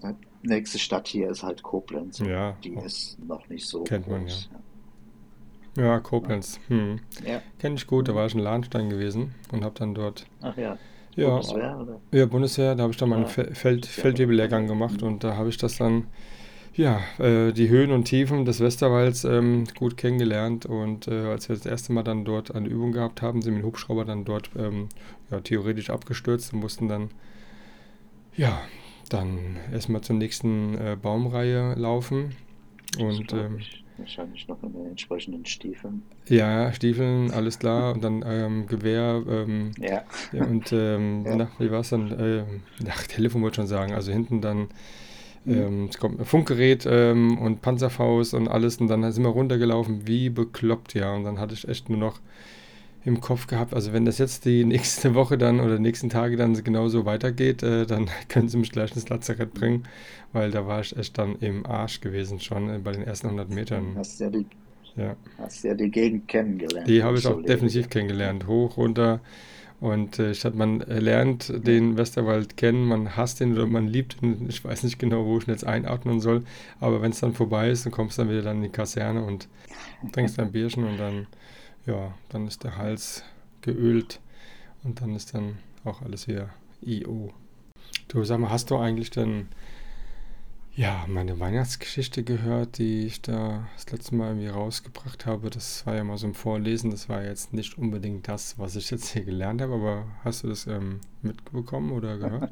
nächste Stadt hier ist halt Koblenz. Ja, Die ist noch nicht so kennt man, groß. Ja, Koblenz. Ja. Kenne ich gut, da war ich in Lahnstein gewesen und habe dann dort, Ach ja. ja, Bundeswehr, oder? ja, Bundeswehr, da habe ich dann meinen Ah, Feldwebellehrgang gemacht und da habe ich das dann, ja, die Höhen und Tiefen des Westerwalds gut kennengelernt und als wir das erste Mal dann dort eine Übung gehabt haben, sind wir mit dem Hubschrauber dann dort ja, theoretisch abgestürzt und mussten dann, ja, dann erstmal zur nächsten Baumreihe laufen und wahrscheinlich noch in den entsprechenden Stiefeln. ja, Stiefeln, alles klar und dann Gewehr Ja. ja, und Ja. wie war es dann? Telefon wollte ich schon sagen, also hinten dann es kommt ein Funkgerät und Panzerfaust und alles und dann sind wir runtergelaufen, wie bekloppt, ja. Und dann hatte ich echt nur noch im Kopf gehabt, also wenn das jetzt die nächste Woche dann oder die nächsten Tage dann genauso weitergeht, dann können sie mich gleich ins Lazarett bringen, weil da war ich echt dann im Arsch gewesen schon bei den ersten 100 Metern. Hast Ja, ja die Gegend kennengelernt. die wo habe ich so auch lebe. definitiv kennengelernt, hoch, runter. Und man lernt den Westerwald kennen, man hasst ihn oder man liebt ihn. Ich weiß nicht genau, wo ich ihn jetzt einatmen soll. Aber wenn es dann vorbei ist, dann kommst du dann wieder dann in die Kaserne und trinkst ein Bierchen und dann, ja, dann ist der Hals geölt und dann ist dann auch alles wieder I.O. Du, sag mal, hast du eigentlich denn, ja, meine Weihnachtsgeschichte gehört, die ich da das letzte Mal irgendwie rausgebracht habe? Das war ja mal so ein Vorlesen, das war jetzt nicht unbedingt das, was ich jetzt hier gelernt habe, aber hast du das mitbekommen oder gehört?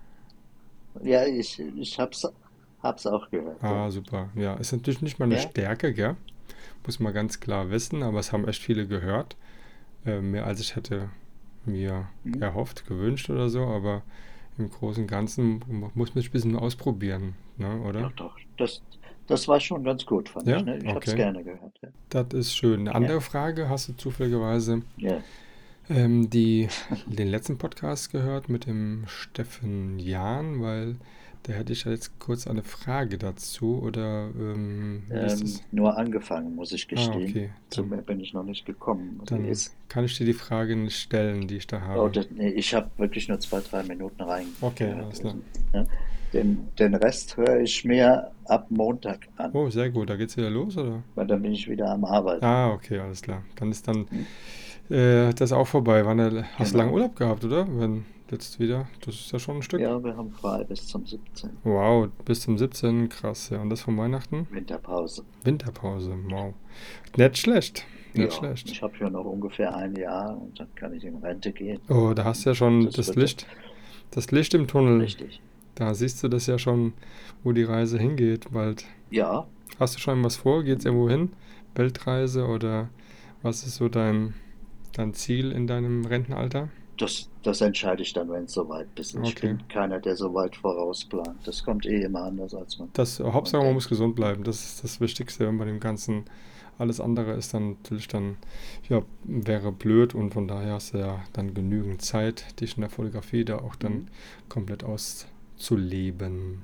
Ja, ich hab's auch gehört. Ja. Ah, super. Ja, ist natürlich nicht meine Ja? Stärke, gell? Muss man ganz klar wissen, aber es haben echt viele gehört. Mehr als ich hätte mir Hm? erhofft, gewünscht oder so, aber im Großen und Ganzen muss man sich ein bisschen ausprobieren, ne, oder? Ja, doch. Das war schon ganz gut, fand ich. Ja, Ne? Ich hab's okay. gerne gehört. Ja. Das ist schön. Eine Ja. andere Frage, hast du zufälligerweise Ja. den letzten Podcast gehört mit dem Steffen Jahn, weil da hätte ich ja jetzt kurz eine Frage dazu oder wie ist das? Nur angefangen, muss ich Ah, gestehen. okay, Zu mehr bin ich noch nicht gekommen. Die dann ist, kann ich dir die Frage nicht stellen, die ich da habe. nee, ich habe wirklich nur 2, 3 Minuten Okay, reingehört. alles klar. Ja. Den Rest höre ich mir ab Montag an, Oh, sehr gut, da geht's wieder los, oder? weil dann bin ich wieder am Arbeiten. Ah, okay, alles klar. Dann ist dann Hm? das auch vorbei. Hast du lange Genau. Urlaub gehabt, oder? Wenn jetzt wieder, das ist ja schon ein Stück. Ja, wir haben frei bis zum 17. Wow, bis zum 17. Krass, ja. Und das von Weihnachten? Winterpause. Winterpause, wow. Nicht schlecht, nicht Ja, schlecht. ich habe ja noch ungefähr ein Jahr und dann kann ich in Rente gehen. Oh, da hast du ja schon Das das wird Das Licht im Tunnel. richtig. Da siehst du das ja schon, wo die Reise hingeht bald. Ja, Hast du schon was vor? Geht's irgendwo hin? Weltreise oder was ist so dein Ziel in deinem Rentenalter? das entscheide ich dann, wenn es soweit ist. Ich Okay. bin keiner, der so weit vorausplant. Das kommt immer anders, als man Hauptsache, man muss denkt. gesund bleiben. Das ist das Wichtigste bei dem Ganzen. Alles andere ist dann natürlich ja, wäre blöd und von daher hast du ja dann genügend Zeit, dich in der Fotografie da auch dann Mhm. komplett auszuleben.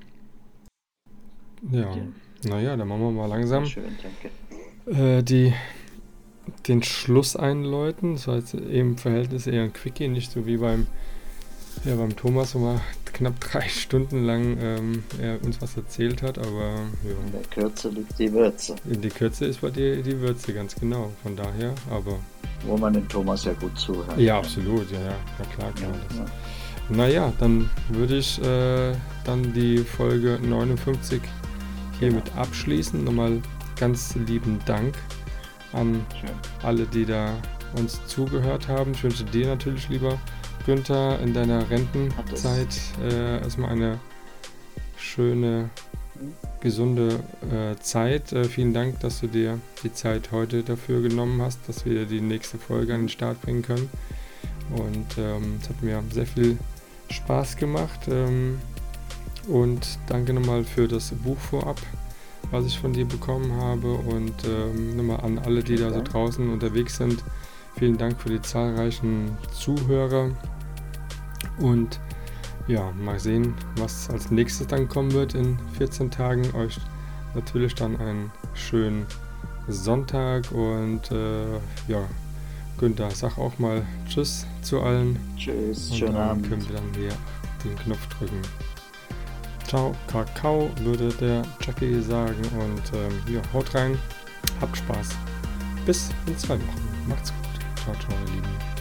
Ja, Ja, naja, dann machen wir mal sehr langsam schön, danke. den Schluss einläuten. Das war jetzt im Verhältnis eher ein Quickie, nicht so wie beim Thomas, wo man knapp 3 Stunden lang er uns was erzählt hat, aber ja. In der Kürze liegt die Würze, In die Kürze ist bei dir die Würze, ganz genau. Von daher, aber wo man dem Thomas ja gut zuhört. ja, absolut, ja, klar kann Ja, man das. ja. Naja, dann würde ich dann die Folge 59 hiermit abschließen. Nochmal ganz lieben Dank an Schön. alle, die da uns zugehört haben. Ich wünsche dir natürlich, lieber Günther, in deiner Rentenzeit erstmal eine schöne, gesunde Zeit. Vielen Dank, dass du dir die Zeit heute dafür genommen hast, dass wir die nächste Folge an den Start bringen können. Und es hat mir sehr viel Spaß gemacht. Und danke nochmal für das Buch vorab, was ich von dir bekommen habe. Und nochmal an alle, die da so draußen unterwegs sind. Vielen Dank für die zahlreichen Zuhörer. Und ja, mal sehen, was als nächstes dann kommen wird in 14 Tagen. Euch natürlich dann einen schönen Sonntag und ja, Günther, sag auch mal Tschüss zu allen. Tschüss, Und schönen dann Abend. können wir dann hier den Knopf drücken. Ciao, Kakao, würde der Jackie sagen. Und ja, haut rein, habt Spaß. Bis in 2 Wochen. Macht's gut. Ciao, ciao, ihr Lieben.